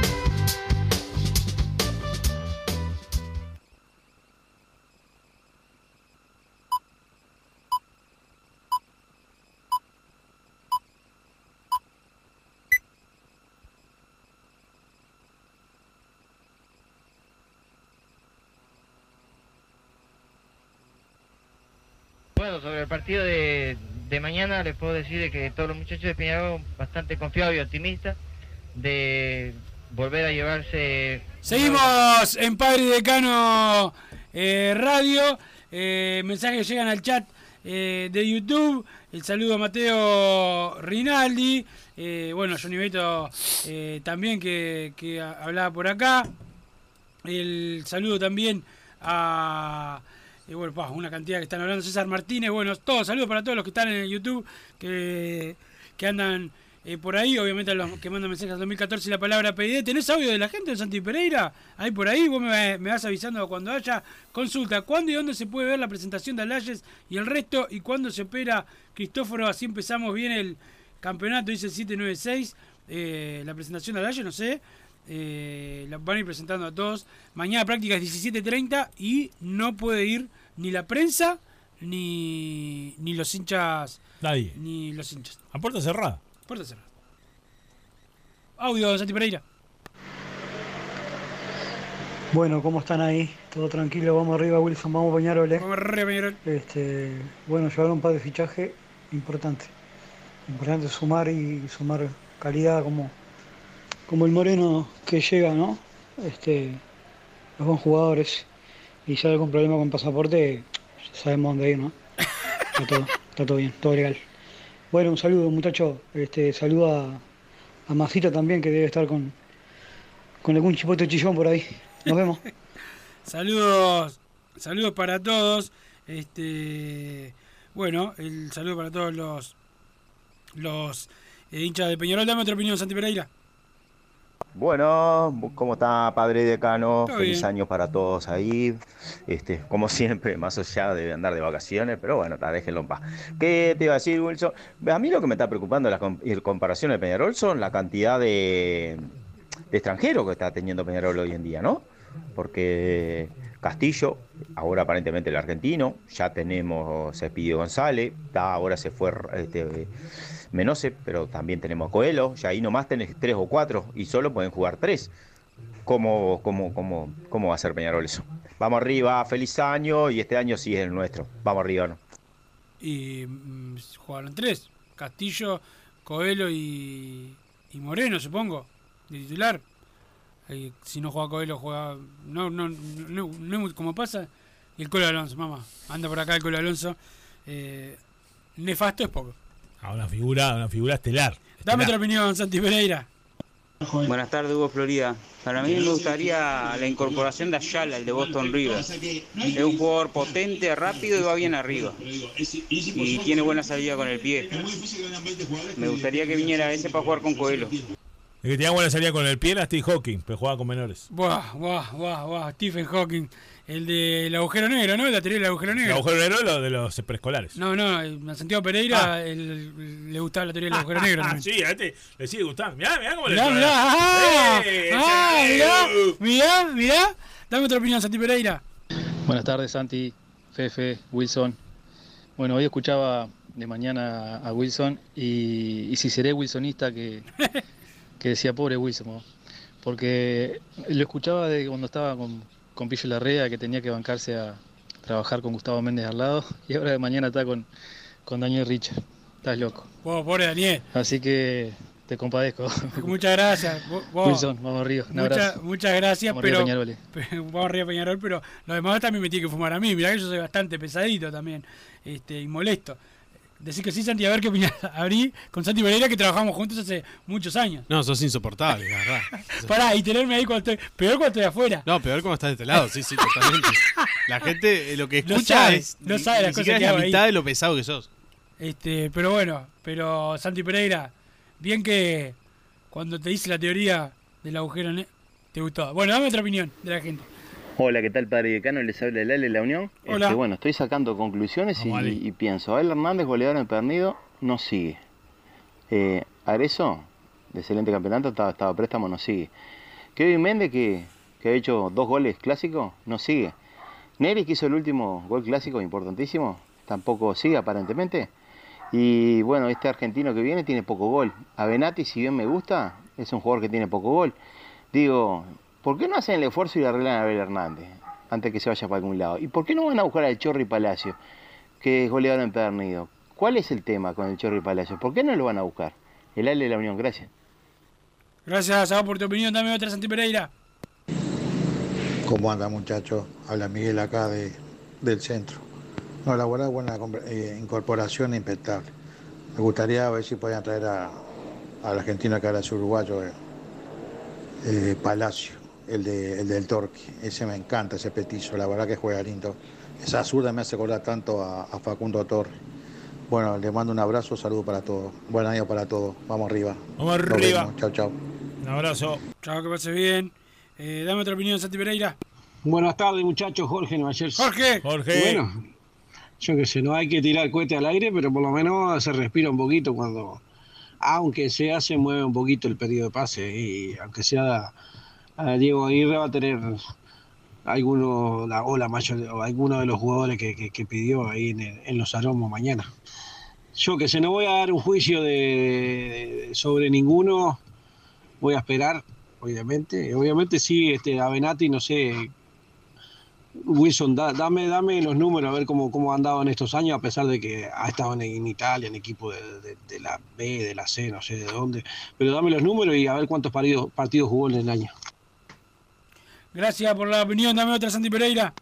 Bueno, sobre el partido de mañana les puedo decir de que todos los muchachos de Peñarol bastante confiados y optimistas de volver a llevarse... Seguimos en Padre y Decano Radio. Mensajes llegan al chat de YouTube. El saludo a Mateo Rinaldi. Bueno, Johnny Beto también que hablaba por acá. El saludo también a... bueno, una cantidad que están hablando. César Martínez, bueno, todos, saludos para todos los que están en el YouTube, que andan por ahí, obviamente a los que mandan mensajes al 2014 y la palabra PID. ¿Tenés audio de la gente de Santi Pereira? Ahí por ahí, vos me vas avisando cuando haya consulta. ¿Cuándo y dónde se puede ver la presentación de Alayes y el resto? ¿Y cuándo se opera Cristóforo? Así empezamos bien el campeonato, dice el 796. La presentación de Alayes, no sé. La van a ir presentando a todos. Mañana práctica es 17:30 y no puede ir ni la prensa ni los hinchas. Nadie. Ni los hinchas. A puerta cerrada. Puerta cerrada. Audio, Santi Pereira. Bueno, ¿cómo están ahí? Todo tranquilo, vamos arriba, Wilson, vamos Peñarol. Vamos arriba, Peñarol. Bueno, llevar un par de fichajes importante. Importante sumar y sumar calidad como el Moreno que llega, ¿no? Los bons jugadores. Y si hay algún problema con pasaporte, sabemos dónde ir, ¿no? Está todo bien, todo legal. Bueno, un saludo, muchachos. Saludo a Masita también, que debe estar con algún chipote chillón por ahí. Nos vemos. Saludos para todos. Bueno, el saludo para todos los hinchas de Peñarol. Dame otra opinión, Santi Pereira. Bueno, ¿cómo está, Padre Decano? Feliz bien. año para todos ahí. Como siempre, más allá de andar de vacaciones, pero bueno, déjenlo en paz. ¿Qué te iba a decir, Wilson? A mí lo que me está preocupando en la comparación de Peñarol son la cantidad de extranjeros que está teniendo Peñarol hoy en día, ¿no? Porque Castillo, ahora aparentemente el argentino, ya tenemos Cespidio González, ahora se fue Menose, pero también tenemos Coelho, ya ahí nomás tenés 3 o 4 y solo pueden jugar 3. ¿Cómo va a ser Peñarol eso? Vamos arriba, feliz año, y este año sí es el nuestro. Vamos arriba, ¿no? y jugaron 3. Castillo, Coelho y Moreno, supongo, de titular. Si no juega Coelho, juega... No, como pasa. Y el Colo Alonso, mamá. Anda por acá el Colo Alonso. Nefasto es poco. Una figura estelar. Dame otra opinión, Santi Pereira. Buenas tardes, Hugo Florida. Para mí me gustaría la incorporación de Ayala, el de Boston River. Es un jugador potente, rápido y va bien arriba. Y tiene buena salida con el pie. Me gustaría que viniera ese para jugar con Coelho. El que tenía buena salida con el pie era Steve Hawking, pero jugaba con menores. Buah, Stephen Hawking. El del agujero negro, ¿no? La teoría del agujero negro. El agujero negro es lo de los preescolares. No, a Santiago Pereira le gustaba la teoría del agujero negro. Sí, a este le sigue gustando. Mirá cómo mirá. Dame otra opinión, Santi Pereira. Buenas tardes, Santi, Fefe, Wilson. Bueno, hoy escuchaba de mañana a Wilson y si seré wilsonista que decía pobre Wilson, ¿no? Porque lo escuchaba de cuando estaba con Pillo Larrea, que tenía que bancarse a trabajar con Gustavo Méndez al lado, y ahora de mañana está con Daniel Richard. Estás loco. Pobre Daniel. Así que te compadezco. Muchas gracias. Wilson, vamos arriba. Un abrazo. Muchas gracias, vamos pero vamos arriba Peñarol, pero lo demás también me tiene que fumar a mí. Mirá que yo soy bastante pesadito también, y molesto. Decir que sí, Santi, a ver qué opinás. Abrí con Santi Pereira, que trabajamos juntos hace muchos años. No, sos insoportable, la verdad. Pará, y tenerme ahí cuando estoy... Peor cuando estoy afuera. No, peor cuando estás de este lado, sí, totalmente. La gente lo que escucha no sabe las cosas que hago la mitad ahí. de lo pesado que sos. Pero bueno, Santi Pereira, bien que cuando te hice la teoría del agujero te gustó. Bueno, dame otra opinión de la gente. Hola, ¿qué tal, padre decano? Les habla Lale La Unión. Hola. Bueno, estoy sacando conclusiones y pienso, Abel Hernández, goleador empedernido, no sigue. Arezo, de excelente campeonato, estaba a préstamo, no sigue. Kevin Méndez, que ha hecho 2 goles clásicos, no sigue. Neri, que hizo el último gol clásico, importantísimo, tampoco sigue aparentemente. Y bueno, este argentino que viene tiene poco gol. Avenatti, si bien me gusta, es un jugador que tiene poco gol. Digo... ¿Por qué no hacen el esfuerzo y le arreglan a Abel Hernández antes que se vaya para algún lado? ¿Y por qué no van a buscar al Chorri Palacio, que es goleador empedernido? ¿Cuál es el tema con el Chorri Palacio? ¿Por qué no lo van a buscar? El Ale de La Unión, gracias. Gracias, Sabo, por tu opinión. Dame otra, Santi Pereira. ¿Cómo anda, muchachos? Habla Miguel acá del centro. No, la verdad, buena incorporación impecable. Me gustaría ver si podían traer al argentino que ahora es uruguayo, Palacio. El del Torque, ese me encanta, ese petizo, la verdad que juega lindo. Esa zurda me hace acordar tanto a Facundo Torres. Bueno, le mando un abrazo, saludo para todos. Buen año para todos, vamos arriba. Vamos arriba. Chao. Un abrazo. Chao, que pase bien. Dame otra opinión, Santi Pereira. Buenas tardes, muchachos. Jorge Nuevallers. Jorge. Bueno, yo qué sé, no hay que tirar cohete al aire, pero por lo menos se respira un poquito cuando, aunque sea, se mueve un poquito el pedido de pase. Y aunque sea... Diego Aguirre va a tener alguno de los jugadores que pidió ahí en los aromos mañana. Yo que sé, no voy a dar un juicio sobre ninguno, voy a esperar, obviamente sí, Avenatti, no sé, Wilson, dame los números a ver cómo ha andado en estos años, a pesar de que ha estado en Italia, en equipo de la B, de la C, no sé de dónde, pero dame los números y a ver cuántos partidos jugó en el año. Gracias por la opinión. Dame otra, Santi Pereira.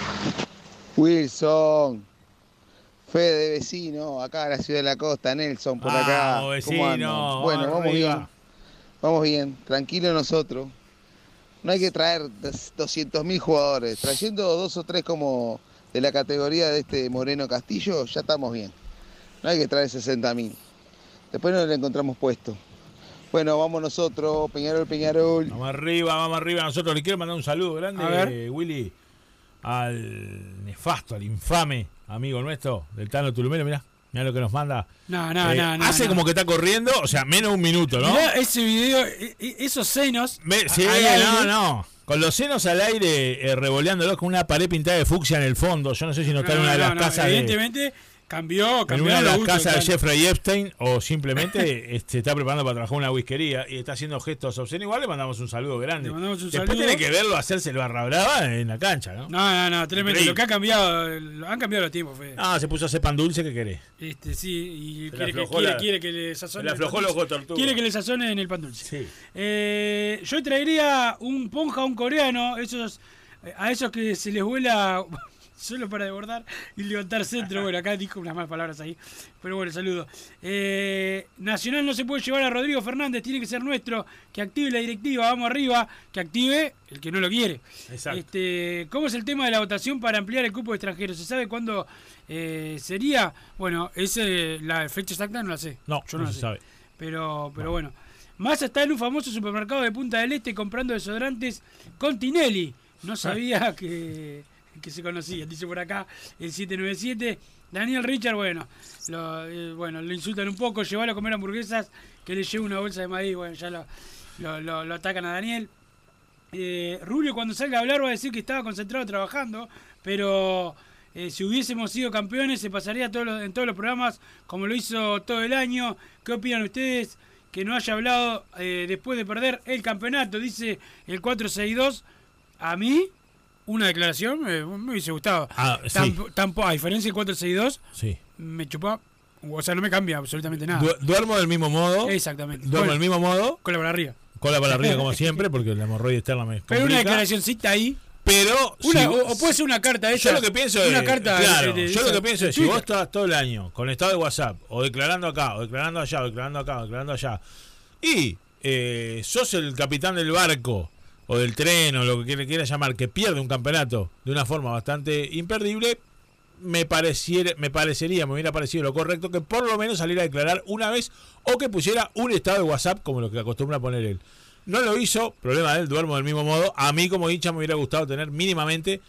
Wilson, Fede, vecino, acá en la ciudad de la costa, Nelson, por acá. Vecino. Bueno, vamos bien, tranquilo nosotros. No hay que traer 200.000 jugadores. Trayendo 2 o 3 como de la categoría de este Moreno Castillo, ya estamos bien. No hay que traer 60.000. Después nos lo encontramos puesto. Bueno, vamos nosotros, Peñarol. Vamos arriba. Nosotros le quiero mandar un saludo grande, Willy, al nefasto, al infame amigo nuestro, del Tano Tulumero. Mirá lo que nos manda. No. Hace como que está corriendo, o sea, menos un minuto, ¿no? Mirá ese video, esos senos. Con los senos al aire, revoleándolos con una pared pintada de fucsia en el fondo. Yo no sé si no está en una de las casas. Evidentemente, Cambió en una de las gustos, casas de claro. Jeffrey Epstein, o simplemente se está preparando para trabajar en una whiskería y está haciendo gestos obscenos. Igual le mandamos un saludo grande. Le mandamos un Después saludo. tiene que verlo hacérselo a Brava en la cancha, ¿no? No, tremendo. Increíble. Lo que ha cambiado, han cambiado los tiempos, Fede. Ah, se puso a hacer pan dulce, ¿qué querés? Sí, y Se le quiere que le sazone. le aflojó los ojos tortuga. Quiere que le sazone en el pan dulce. Sí. Yo traería un ponja, un coreano, a esos que se les vuela solo para desbordar y levantar centro. Bueno, acá dijo unas malas palabras ahí, pero bueno, saludo. Nacional no se puede llevar a Rodrigo Fernández, tiene que ser nuestro, que active la directiva, vamos arriba, que active el que no lo quiere. Exacto. ¿Cómo es el tema de la votación para ampliar el cupo de extranjeros? ¿Se sabe cuándo sería? Bueno, la fecha exacta no la sé. No, yo no la se sé. sabe. Pero bueno. Massa está en un famoso supermercado de Punta del Este comprando desodorantes con Tinelli. No sabía que se conocían. Dice por acá el 797. Daniel Richard, bueno, lo insultan un poco. Llevarlo a comer hamburguesas, que le lleve una bolsa de maíz. Bueno, ya lo atacan a Daniel. Rubio, cuando salga a hablar, va a decir que estaba concentrado trabajando, pero si hubiésemos sido campeones se pasaría en todos los programas como lo hizo todo el año. ¿Qué opinan ustedes? Que no haya hablado después de perder el campeonato, dice el 462. A mí, una declaración me hubiese gustado. A diferencia del 462, sí. Me chupa, o sea, no me cambia absolutamente nada. Duermo del mismo modo. Exactamente. Duermo del mismo modo. Cola para arriba. Cola para arriba, como siempre, porque la hemorroide externa me complica. Pero una declaracioncita ahí. Pero o puede ser una carta esa. Yo lo que pienso una es, carta claro, yo lo que pienso es, si Twitter. vos estás todo el año conectado de WhatsApp, o declarando acá, o declarando allá, o declarando acá, o declarando allá, y sos el capitán del barco, o del tren, o lo que quiera llamar, que pierde un campeonato de una forma bastante imperdible, me hubiera parecido lo correcto que por lo menos saliera a declarar una vez, o que pusiera un estado de WhatsApp, como lo que acostumbra poner él. No lo hizo, problema de él, duermo del mismo modo. A mí como hincha me hubiera gustado tener mínimamente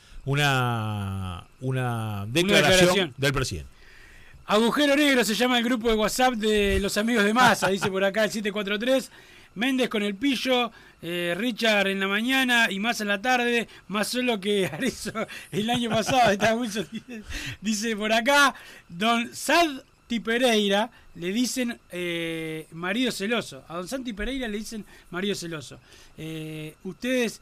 una declaración del presidente. Agujero Negro se llama el grupo de WhatsApp de los amigos de Massa, dice por acá el 743. Méndez con el pillo, Richard en la mañana y Massa en la tarde, más solo que Arezzo el año pasado. Está Wilson, dice por acá, don Santi Pereira le dicen marido celoso. A don Santi Pereira le dicen marido celoso. Ustedes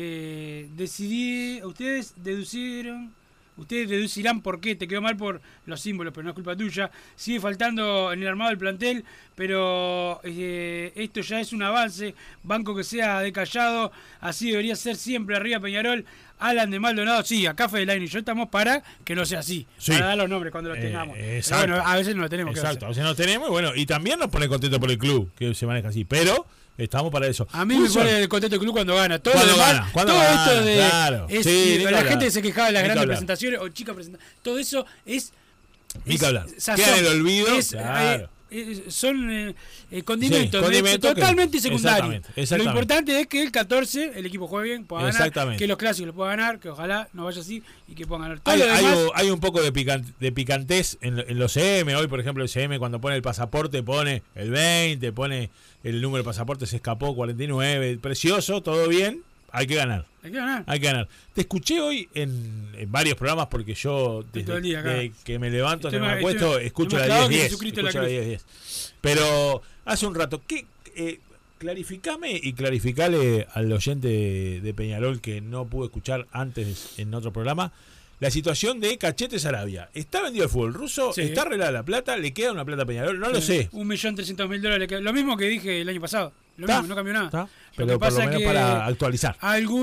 deducirán por qué, te quedó mal por los símbolos, pero no es culpa tuya. Sigue faltando en el armado del plantel, pero esto ya es un avance. Banco que sea decallado, así debería ser siempre. Arriba Peñarol, Alan de Maldonado. Sí, acá Fedelain y yo estamos para que no sea así, sí, para dar los nombres cuando los tengamos. Exacto. Bueno, a veces no lo tenemos. Exacto, a veces no lo tenemos, y bueno, y también nos pone contento por el club, que se maneja así, pero estamos para eso. A mí me pone contento el club cuando gana. Todo cuando lo demás, gana, cuando todo gana, esto de claro. Sí, la gente que se quejaba de las grandes presentaciones o chicas presentaciones, todo eso es ni que hablar. Sazón. Queda en el olvido. Claro. Son condimentos, sí, condimentos totalmente secundarios. Exactamente. Lo importante es que el 14 el equipo juegue bien, pueda ganar, que los clásicos lo pueda ganar, que ojalá no vaya así y que puedan ganar. Todo hay un poco de picantés en los CM. Hoy, por ejemplo, el CM cuando pone el pasaporte pone el 20, pone el número de pasaporte, se escapó 49, precioso, todo bien. Hay que ganar. Hay que ganar. Te escuché hoy en varios programas porque yo desde que me levanto hasta me acuesto escucho la 10-10. Pero hace un rato, clarificame y clarificale al oyente de Peñarol que no pude escuchar antes en otro programa la situación de Cachete Sarabia. ¿Está vendido el fútbol ruso? Sí. ¿Está arreglada la plata? ¿Le queda una plata a Peñarol? No lo sé. $1.300.000. Lo mismo que dije el año pasado. Lo mismo, no cambió nada. Pero lo que pasa por lo menos es que para actualizar.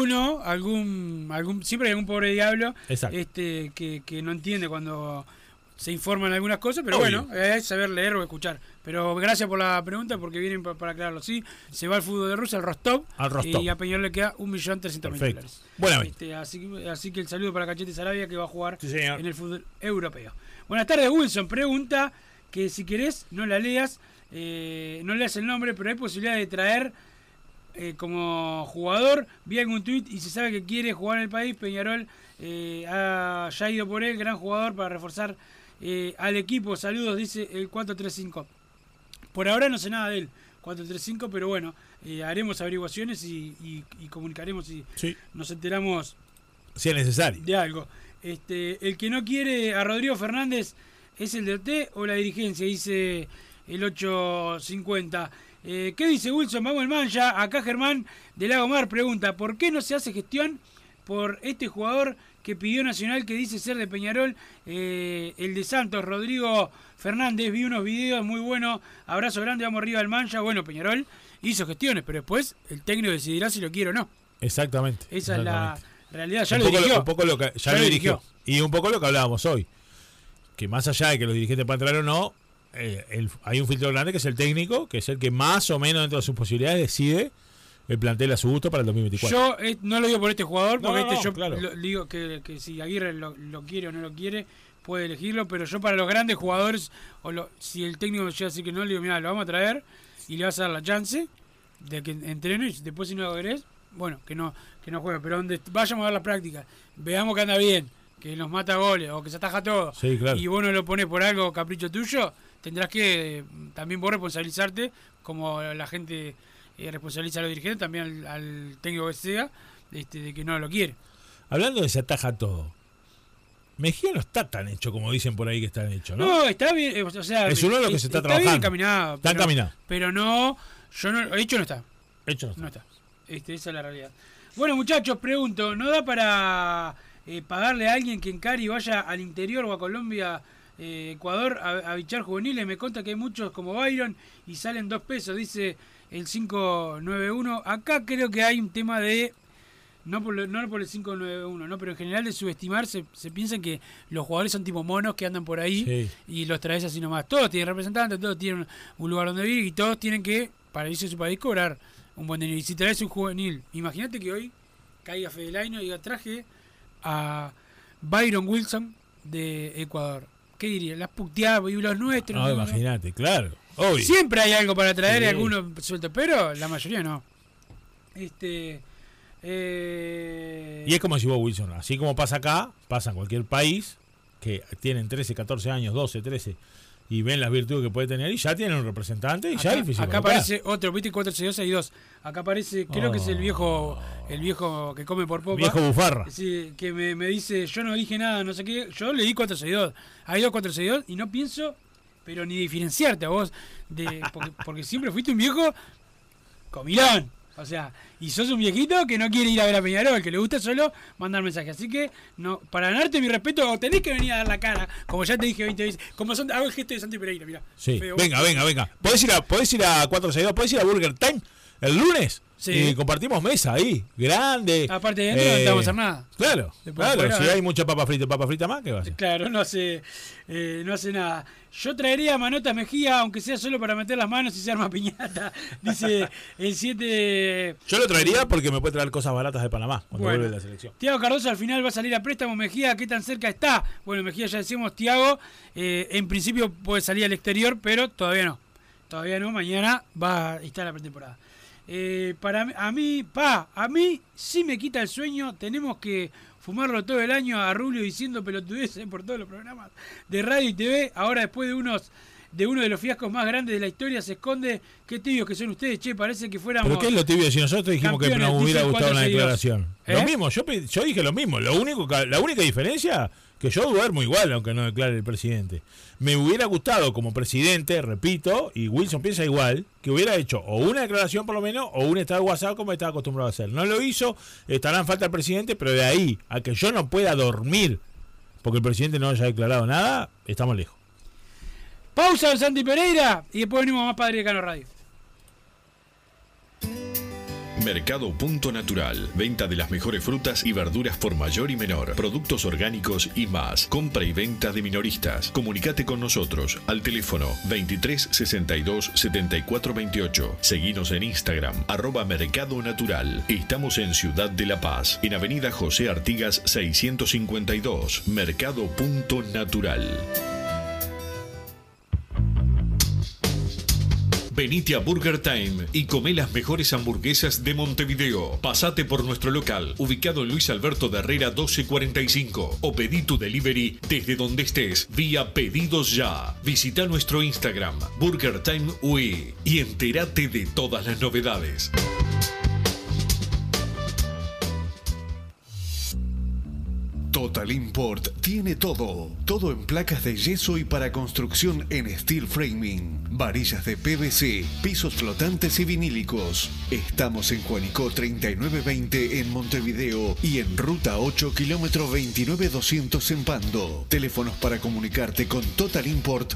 Siempre hay algún pobre diablo que no entiende cuando se informan algunas cosas, pero obvio. bueno, es saber leer o escuchar. Pero gracias por la pregunta porque vienen para aclararlo. Sí, se va al fútbol de Rusia, al Rostov. Y a Peñarol le queda $1.300.000. Buenamente. Así que el saludo para Cachete Sarabia que va a jugar en el fútbol europeo. Buenas tardes, Wilson. Pregunta que si querés no la leas, no leas el nombre, pero hay posibilidad de traer como jugador. Vi algún tuit y se sabe que quiere jugar en el país. Peñarol ha ya ido por él, gran jugador para reforzar al equipo. Saludos, dice el 435. Por ahora no sé nada de él, 435, pero bueno, haremos averiguaciones y comunicaremos si nos enteramos si es necesario de algo. El que no quiere a Rodrigo Fernández ¿Es el DT o la dirigencia? Dice el 850. ¿Qué dice Wilson? Vamos al mancha. Acá Germán de Lago Mar pregunta, ¿por qué no se hace gestión por este jugador que pidió Nacional, que dice ser de Peñarol, el de Santos, Rodrigo Fernández? Vi unos videos muy buenos. Abrazo grande, vamos arriba al mancha. Bueno, Peñarol hizo gestiones, pero después el técnico decidirá si lo quiere o no. Exactamente. Esa es la realidad. Ya un lo poco dirigió. Un poco lo que, ya lo dirigió. Y un poco lo que hablábamos hoy. Que más allá de que los dirigentes puedan entrar o no, hay un filtro grande que es el técnico, que es el que más o menos dentro de sus posibilidades decide el plantel a su gusto para el 2024. Yo no lo digo por este jugador, porque yo claro. digo que si Aguirre lo quiere o no lo quiere, puede elegirlo, pero yo para los grandes jugadores, si el técnico llega a decir que no, le digo, mira, lo vamos a traer y le vas a dar la chance de que entrene, y después si no lo querés, bueno, que no juegue, pero donde vayamos a ver la práctica, veamos que anda bien, que nos mata goles o que se ataja todo, sí, claro. Y vos no lo pones por algo capricho tuyo, tendrás que también vos responsabilizarte, como la gente responsabiliza a los dirigentes, también al técnico que sea, de que no lo quiere. Hablando de se ataja todo, Mejía no está tan hecho como dicen por ahí que está hecho, ¿no? No, está bien, o sea, es uno de los que se está trabajando. Bien encaminado. Está encaminado. Pero no, hecho no está. Hecho no está. Esa es la realidad. Bueno, muchachos, pregunto, ¿no da para pagarle a alguien que encare y vaya al interior o a Colombia, Ecuador, a bichar juveniles? Me conta que hay muchos como Byron y salen 2 pesos, dice el 591. Acá creo que hay un tema de... No por el 591, no, pero en general de subestimar, se piensan que los jugadores son tipo monos que andan por ahí, sí, y los traes así nomás. Todos tienen representantes, todos tienen un lugar donde vivir y todos tienen que, para irse a su país, cobrar un buen dinero. Y si traes un juvenil, imagínate que hoy caiga Fedelaino y diga, traje a Byron Wilson de Ecuador. ¿Qué diría? Las puteadas y los nuestros. No, imagínate, claro. Obvio. Siempre hay algo para traer, y algunos sueltos, pero la mayoría no. Y es como si vos, Wilson, así como pasa acá, pasa en cualquier país que tienen 13, 14 años, 12, 13 y ven las virtudes que puede tener y ya tienen un representante y acá, ya es difícil. Acá aparece otro, viste, 462. Acá aparece, creo que es el viejo que come por popa. Viejo bufarra. Sí, que me dice, yo no dije nada, no sé qué. Yo le di 462. Hay 2 462 y no pienso, pero ni diferenciarte a vos, porque siempre fuiste un viejo comilón. O sea, y sos un viejito que no quiere ir a ver a Peñarol, que le gusta solo mandar mensajes. Así que, no, para ganarte mi respeto, o tenés que venir a dar la cara, como ya te dije 20 veces, como hago el gesto de Santi Pereira, mirá. Sí, feo. Venga. ¿Podés ir a 462? ¿Podés ir a Burger Time el lunes? Sí. Y compartimos mesa ahí, grande. Aparte de dentro no te vamos a hacer nada. Claro, si hay mucha papa frita más, ¿qué va a hacer? Claro, no hace nada. Yo traería a Manotas Mejía, aunque sea solo para meter las manos y se arma piñata. Dice el 7... Yo lo traería porque me puede traer cosas baratas de Panamá cuando vuelve la selección. Tiago Cardoso al final va a salir a préstamo. Mejía, ¿qué tan cerca está? Bueno, Mejía ya decimos, Tiago, en principio puede salir al exterior, pero todavía no. Todavía no, mañana va a estar la pretemporada. A mí sí me quita el sueño. Tenemos que fumarlo todo el año a Rubio diciendo pelotudeces por todos los programas de radio y TV. Ahora, después de uno de los fiascos más grandes de la historia, se esconde. Qué tibios que son ustedes, che, parece que fuéramos... ¿Pero qué es lo tibio? Si nosotros dijimos que nos hubiera gustado una declaración. Lo mismo, yo dije lo mismo. La única diferencia, que yo duermo igual aunque no declare el presidente. Me hubiera gustado como presidente, repito, y Wilson piensa igual, que hubiera hecho o una declaración por lo menos o un estado de WhatsApp como estaba acostumbrado a hacer. No lo hizo, estará en falta el presidente, pero de ahí a que yo no pueda dormir porque el presidente no haya declarado nada, estamos lejos. Pausa de Santi Pereira y después venimos más Padre de Cano Radio. Mercado Punto Natural. Venta de las mejores frutas y verduras por mayor y menor. Productos orgánicos y más. Compra y venta de minoristas. Comunicate con nosotros al teléfono 23 62 74 28. Seguinos en Instagram @Mercado Natural. Estamos en Ciudad de La Paz, en Avenida José Artigas 652. Mercado Punto Natural. Venite a Burger Time y come las mejores hamburguesas de Montevideo. Pasate por nuestro local, ubicado en Luis Alberto de Herrera 1245. O pedí tu delivery desde donde estés, vía Pedidos Ya. Visita nuestro Instagram, Burger Time UI, y entérate de todas las novedades. Total Import tiene todo. Todo en placas de yeso y para construcción en steel framing. Varillas de PVC, pisos flotantes y vinílicos. Estamos en Juanico 3920 en Montevideo y en Ruta 8, kilómetro 29200 en Pando. Teléfonos para comunicarte con Total Import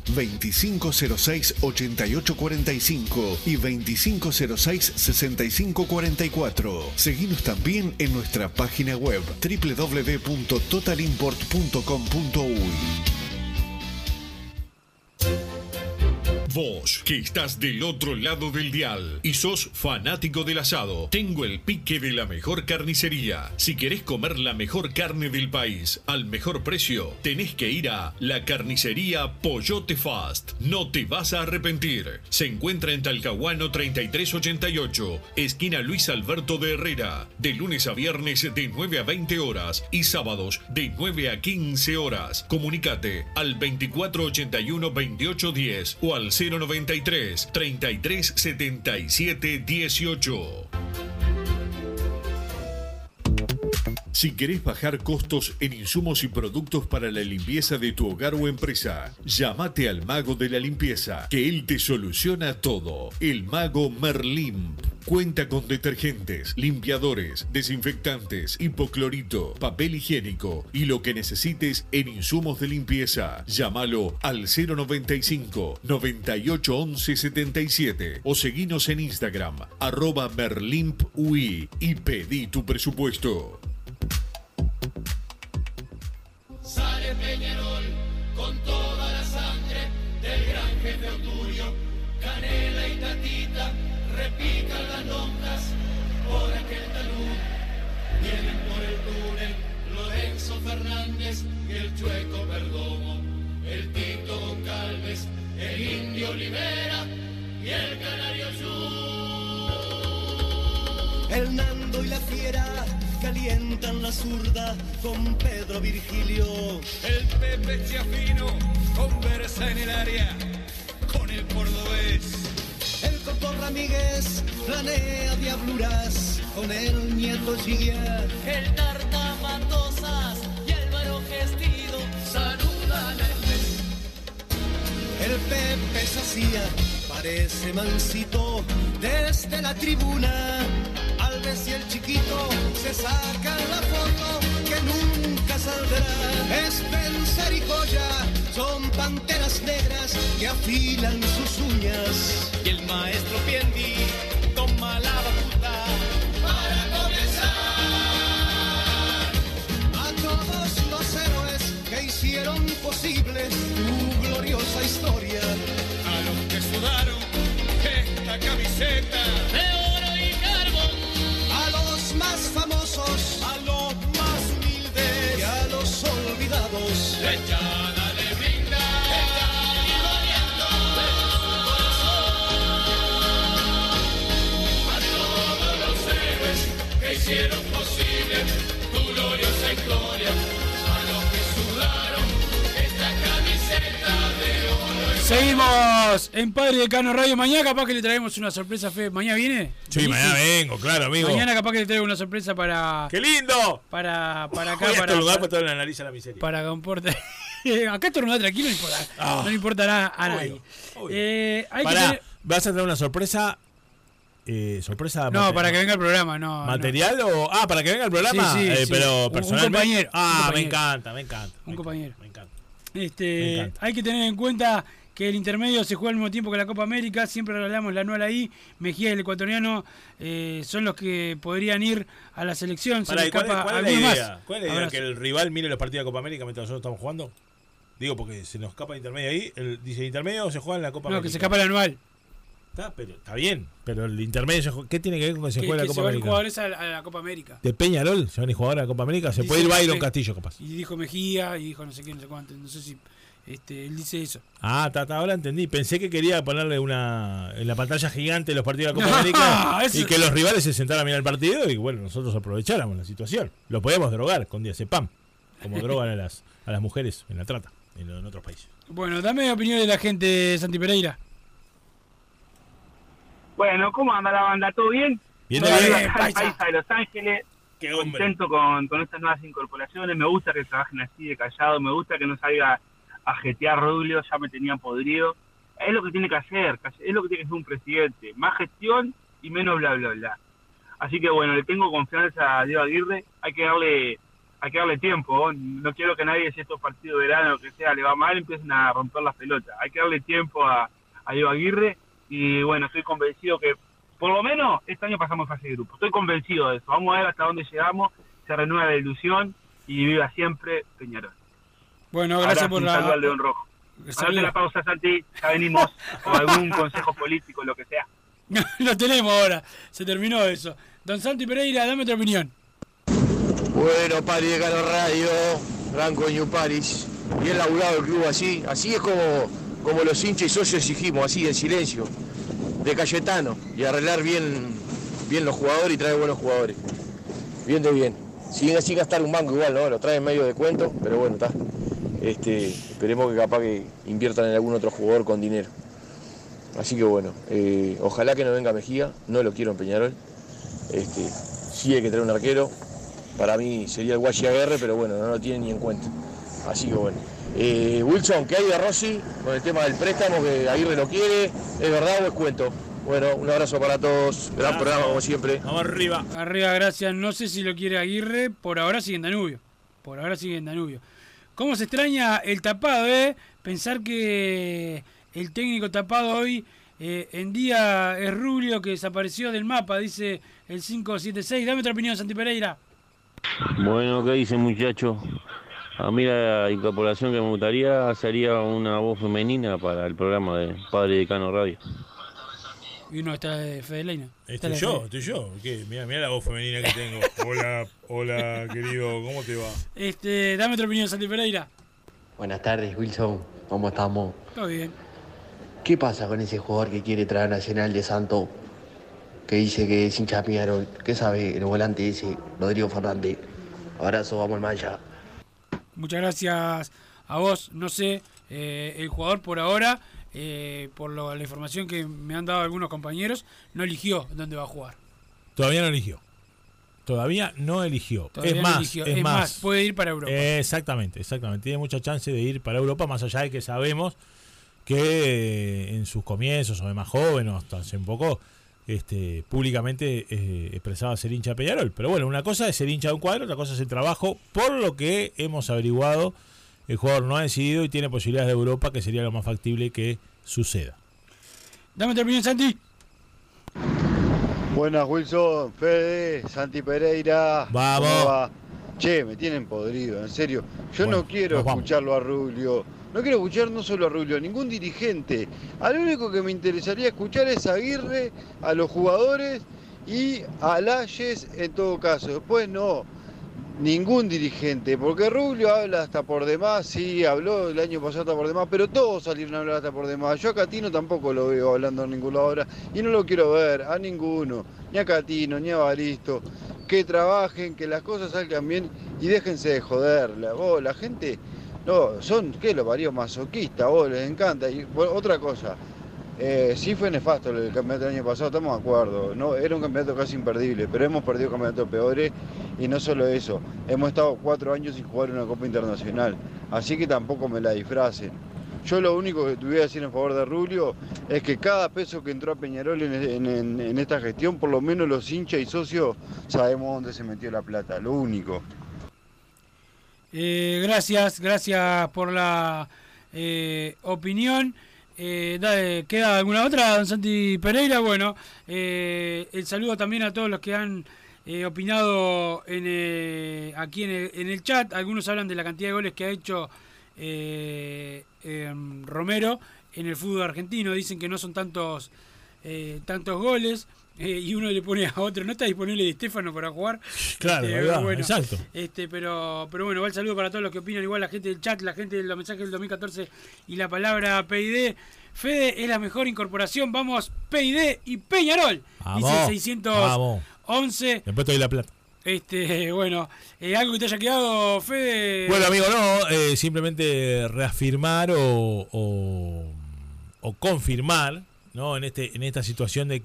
2506-8845 y 2506-6544. Seguinos también en nuestra página web www.totalimport.com.uy. Vos, que estás del otro lado del dial y sos fanático del asado, tengo el pique de la mejor carnicería. Si querés comer la mejor carne del país al mejor precio, tenés que ir a la carnicería Pollote Fast. No te vas a arrepentir. Se encuentra en Talcahuano 3388, esquina Luis Alberto de Herrera, de lunes a viernes de 9 a 20 horas y sábados de 9 a 15 horas. Comunicate al 2481-2810 o al 093 33 77 18. Si querés bajar costos en insumos y productos para la limpieza de tu hogar o empresa, llámate al mago de la limpieza, que él te soluciona todo. El mago Merlimp. Cuenta con detergentes, limpiadores, desinfectantes, hipoclorito, papel higiénico y lo que necesites en insumos de limpieza. Llámalo al 095 98 11 77 o seguinos en Instagram @merlimpui y pedí tu presupuesto. Sale Peñarol con toda la sangre del gran jefe Oturio, Canela y Tatita repican las lonjas por aquel talud. Vienen por el túnel Lorenzo Fernández y el Chueco Perdomo, el Tito Goncalves, el Indio Olivera y el Canario Yu. El Nando y la Fiera calientan la zurda con Pedro Virgilio. El Pepe Chiafino conversa en el área con el cordobés. El Coco Ramírez planea diabluras con el nieto Giguiar. El Tarta Matosas y el Álvaro Gestido saludan al mes. El Pepe Sacía parece mansito desde la tribuna. Alves y el Chiquito se sacan la foto que nunca saldrá. Spencer y Joya son panteras negras que afilan sus uñas. Y el maestro Piendi toma la batuta para comenzar. A todos los héroes que hicieron posible tu gloriosa historia. A los que sudaron esta camiseta de oro y carbón. A los más famosos, a los más humildes y a los olvidados. La echada le brinda y rodeando de su corazón. A todos los héroes que hicieron posible tu gloriosa historia. A los que sudaron esta camiseta de oro. Seguimos en Padre Decano Radio. Mañana capaz que le traemos una sorpresa, Fe. ¿Mañana viene? Sí, mañana vengo, claro, amigo. Mañana capaz que le traigo una sorpresa para... ¡Qué lindo! Para acá, Voy a para estornudar para toda la nariz a la miseria. Para comportar. Acá estornudar tranquilo, no importa. No le importará a nadie. Hay Pará, que tener... ¿vas a traer una sorpresa? ¿Sorpresa? No, para que venga el programa, no. ¿Material o...? Ah, para que venga el programa, sí, pero un personalmente... compañero. Ah, un me compañero. encanta. Un compañero. Me encanta. Hay que tener en cuenta que el intermedio se juega al mismo tiempo que la Copa América. Siempre regalamos la anual ahí. Mejía y el ecuatoriano son los que podrían ir a la selección. Se les escapa ¿Cuál es la alguno idea? más. ¿Cuál es la idea? ¿Que el rival mire los partidos de Copa América mientras nosotros estamos jugando? Digo, porque se nos escapa el intermedio ahí. Dice el intermedio se juega en la Copa América. No, que se escapa el anual. Está bien, pero el intermedio, ¿qué tiene que ver con que se juegue la Copa América? Que se van jugadores a la Copa América. ¿De Peñarol se van a jugar a la Copa América? Se puede ir Byron Castillo, capaz. Y dijo Mejía, y dijo no sé quién, no sé cuánto. No sé si él dice eso. Ah, ahora entendí. Pensé que quería ponerle en la pantalla gigante los partidos de la Copa América y que los rivales se sentaran a mirar el partido y bueno, nosotros aprovecháramos la situación. Lo podíamos drogar con diazepam, como drogan a las mujeres en la trata en otros países. Bueno, dame opinión de la gente, Santi Pereira. Bueno, ¿cómo anda la banda? ¿Todo bien? Bien, Acá el país de Los Ángeles. contento con estas nuevas incorporaciones. Me gusta que trabajen así de callado, me gusta que no salga a jetear Rubio, ya me tenían podrido. Es lo que tiene que hacer, es lo que tiene que hacer un presidente, más gestión y menos bla bla bla. Así que bueno, le tengo confianza a Diego Aguirre, hay que darle tiempo. No quiero que nadie, si estos partidos de verano o que sea le va mal, empiecen a romper las pelotas. Hay que darle tiempo a Diego Aguirre y bueno, estoy convencido que por lo menos este año pasamos fase de grupo. Estoy convencido de eso. Vamos a ver hasta dónde llegamos, se renueva la ilusión y viva siempre Peñarol. Bueno, gracias por un saludo al León Rojo. Hacete la pausa, Santi, ya venimos con algún consejo político, lo que sea. Lo tenemos ahora, se terminó eso. Don Santi Pereira, dame tu opinión. Bueno, Padre de Cano Radio, Franco New Paris, bien laburado el club así es como los hinchas y socios exigimos, así en silencio, de Cayetano, y arreglar bien los jugadores y traer buenos jugadores, bien de bien, sin gastar un banco igual, ¿no? Lo traen medio de cuento, pero bueno, está. Esperemos que capaz que inviertan en algún otro jugador con dinero. Así que bueno, ojalá que no venga Mejía, no lo quiero en Peñarol. Sí hay que traer un arquero, para mí sería el Guachi Aguirre, pero bueno, no lo tienen ni en cuenta. Así que bueno. Wilson, ¿qué hay de Rossi con el tema del préstamo? Que Aguirre lo quiere, ¿es verdad o es cuento? Bueno, un abrazo para todos, gran programa como siempre. Vamos arriba. Arriba, gracias. No sé si lo quiere Aguirre, por ahora sigue en Danubio. ¿Cómo se extraña el tapado, Pensar que el técnico tapado hoy en día es Rubio, que desapareció del mapa, dice el 576. Dame otra opinión, Santi Pereira. Bueno, ¿qué dicen, muchachos? A mí la incorporación que me gustaría sería una voz femenina para el programa de Padre de Cano Radio. Y uno está de Fede Leina. Estoy yo. ¿Qué? Mirá la voz femenina que tengo. Hola, querido, ¿cómo te va? Dame otra opinión, Santi Pereira. Buenas tardes, Wilson. ¿Cómo estamos? Todo bien. ¿Qué pasa con ese jugador que quiere traer Nacional de Santo? Que dice que es hincha Peñarol. ¿Qué sabe el volante ese, Rodrigo Fernández? Abrazo, vamos al Maya. Muchas gracias a vos. No sé, el jugador por ahora, por la información que me han dado algunos compañeros, no eligió dónde va a jugar. Todavía no eligió. Es más, puede ir para Europa. Exactamente. Tiene mucha chance de ir para Europa, más allá de que sabemos que en sus comienzos, o de más joven, o hasta hace un poco, públicamente expresaba ser hincha de Peñarol. Pero bueno, una cosa es ser hincha de un cuadro, otra cosa es el trabajo. Por lo que hemos averiguado, el jugador no ha decidido y tiene posibilidades de Europa, que sería lo más factible que suceda. Dame tu opinión, Santi. Buenas, Wilson, Fede, Santi Pereira. Vamos. ¿Cómo va? Che, me tienen podrido, en serio. Yo no quiero escucharlo a Rubio. No quiero escuchar no solo a Rubio, a ningún dirigente. Al único que me interesaría escuchar es a Aguirre, a los jugadores y a Layes en todo caso. Después no, ningún dirigente, porque Rubio habla hasta por demás, sí, habló el año pasado hasta por demás, pero todos salieron a hablar hasta por demás. Yo a Catino tampoco lo veo hablando en ningún lado ahora y no lo quiero ver a ninguno, ni a Catino, ni a Baristo. Que trabajen, que las cosas salgan bien y déjense de joder. La gente... No, son, ¿qué? Los varios masoquistas, vos les encanta. Y bueno, otra cosa, sí fue nefasto el campeonato del año pasado, estamos de acuerdo. No, era un campeonato casi imperdible, pero hemos perdido campeonatos peores y no solo eso, hemos estado 4 años sin jugar una Copa Internacional, así que tampoco me la disfracen. Yo lo único que te voy a decir en favor de Rubio es que cada peso que entró a Peñarol en esta gestión, por lo menos los hinchas y socios sabemos dónde se metió la plata, lo único. Gracias por la opinión. ¿Queda alguna otra, don Santi Pereira? Bueno, el saludo también a todos los que han opinado aquí en el chat. Algunos hablan de la cantidad de goles que ha hecho Romero en el fútbol argentino. Dicen que no son tantos goles. Y uno le pone a otro, no está disponible Di Stéfano para jugar. Claro, bueno, exacto. Pero bueno, igual saludo para todos los que opinan, igual la gente del chat, la gente de los mensajes del 2014 y la palabra PID. Fede es la mejor incorporación, vamos PID y Peñarol. Vamos, dice 611. Después te doy la plata. Bueno, algo que te haya quedado, Fede. Bueno, amigo, no, simplemente reafirmar o confirmar, ¿no? En esta situación de que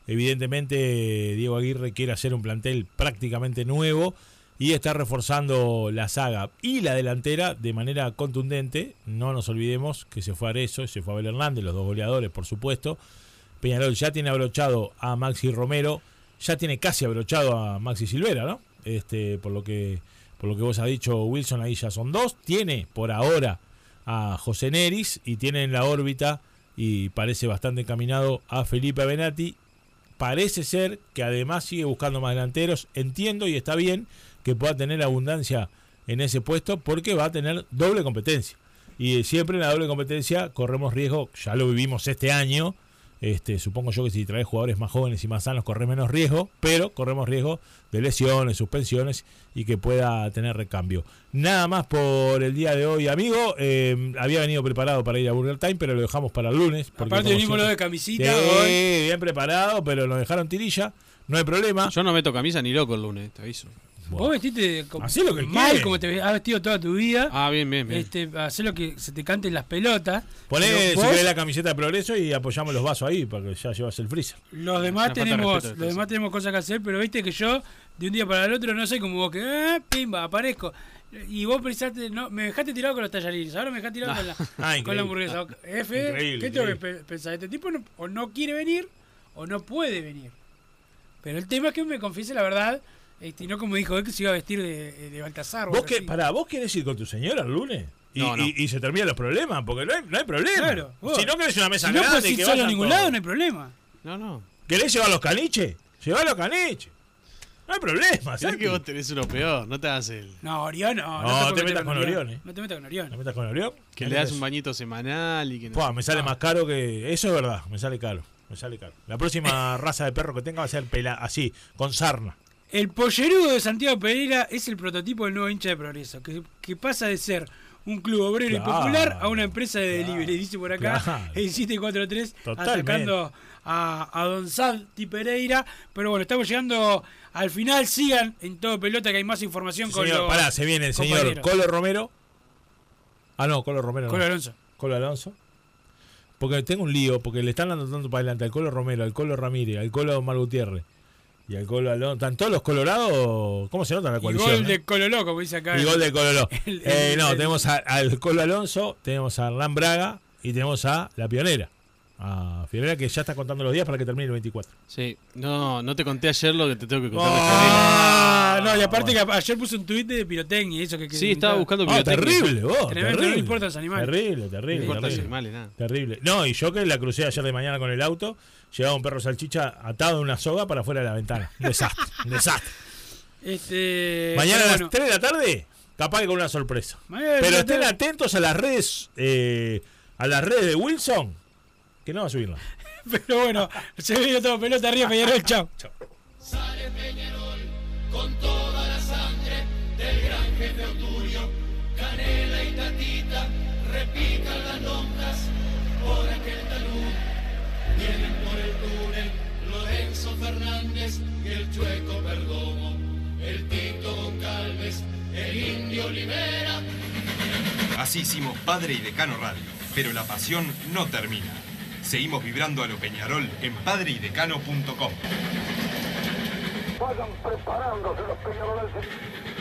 Evidentemente Diego Aguirre quiere hacer un plantel prácticamente nuevo y está reforzando la saga y la delantera de manera contundente. No nos olvidemos que se fue Arezzo, se fue Abel Hernández, los 2 goleadores, por supuesto. Peñarol ya tiene abrochado a Maxi Romero, ya tiene casi abrochado a Maxi Silvera, ¿no? Por lo que vos has dicho, Wilson, ahí ya son 2. Tiene por ahora a José Neris y tiene en la órbita, y parece bastante encaminado, a Felipe Avenatti. Parece ser que además sigue buscando más delanteros. Entiendo y está bien que pueda tener abundancia en ese puesto porque va a tener doble competencia. Y siempre en la doble competencia corremos riesgo, ya lo vivimos este año. Supongo yo que si traes jugadores más jóvenes y más sanos corre menos riesgo, pero corremos riesgo de lesiones, suspensiones y que pueda tener recambio. Nada más por el día de hoy, amigo. Había venido preparado para ir a Burger Time, pero lo dejamos para el lunes. Aparte venimos lo de camisita. Sí, hoy. Bien preparado, pero nos dejaron tirilla. No hay problema. Yo no meto camisa ni loco el lunes, te aviso. Vos vestiste Así lo que mal quiere. como te has vestido toda tu vida. Ah, bien. Hacé lo que se te canten las pelotas. Poné si vos, querés la camiseta de Progreso y apoyamos los vasos ahí para que ya llevas el freezer. Los demás tenemos cosas que hacer, pero viste que yo de un día para el otro no sé cómo vos que pimba, aparezco. Y vos pensaste, no, me dejaste tirado con los tallarines, ahora me dejaste tirado con la hamburguesa. ¿Qué tengo que pensar? Este tipo o no quiere venir o no puede venir. Pero el tema es que me confiese la verdad. Y no como dijo él que se iba a vestir de Baltasar. ¿Vos querés ir con tu señora el lunes? Y se terminan los problemas, porque no hay problema. Claro, si no querés una mesa grande, grande, no que solo a ningún lado, no hay problema. No. ¿Querés llevar los caniches? Llevar los caniches. No hay problema. ¿Sabes que vos tenés uno peor? No te hagas el... No, Orión no te metas con Orión. No te metas con Orión. ¿No te metas con Orión? Que le das un bañito semanal y que no. Me sale más caro que... Eso es verdad, me sale caro. La próxima raza de perro que tenga va a ser así, con sarna. El pollerudo de Santiago Pereira es el prototipo del nuevo hincha de Progreso, que pasa de ser un club obrero y popular a una empresa de delivery, dice por acá, el 743, atacando a Don Santi Pereira. Pero bueno, estamos llegando al final. Sigan en Todo Pelota, que hay más información con señor, se viene el señor Colo Romero. Colo Romero. Colo Alonso. Porque tengo un lío, porque le están dando tanto para adelante al Colo Romero, al Colo Ramírez, al Colo Mar Gutiérrez y al Colo Alonso. ¿Están todos los colorados? ¿Cómo se nota la coalición? Y gol de Cololó, como dice acá. Y gol de Cololó. Tenemos al Colo Alonso, tenemos a Hernán Braga y tenemos a La Pionera. A Fierera, que ya está contando los días para que termine el 24. Sí, no te conté ayer lo que te tengo que contar. Y aparte que ayer puse un tuit de pirotecnia. Eso que sí, estaba buscando pirotecnia. Terrible, vos. Tremendo, no le importan los animales. Terrible. No importa los animales, nada. Terrible. No, y yo que la crucé ayer de mañana con el auto, llevaba un perro salchicha atado en una soga para afuera de la ventana. Un desastre. Mañana a las 3 de la tarde, capaz que con una sorpresa. Pero estén atentos a las redes de Wilson, que no va a subirla. Pero bueno, se ve Todo Pelota arriba, Peñarol, chao. Sale Peñarol con toda la sangre del gran jefe Oturio, Canela y Tatita, repican las lonjas por aquel talud. Vienen por el túnel Lorenzo Fernández y el Chueco Perdomo, el Tito Goncalves, el Indio Olivera. Así hicimos Padre y Decano Radio, pero la pasión no termina. Seguimos vibrando a lo Peñarol en padreidecano.com. Vayan preparándose los peñarolenses.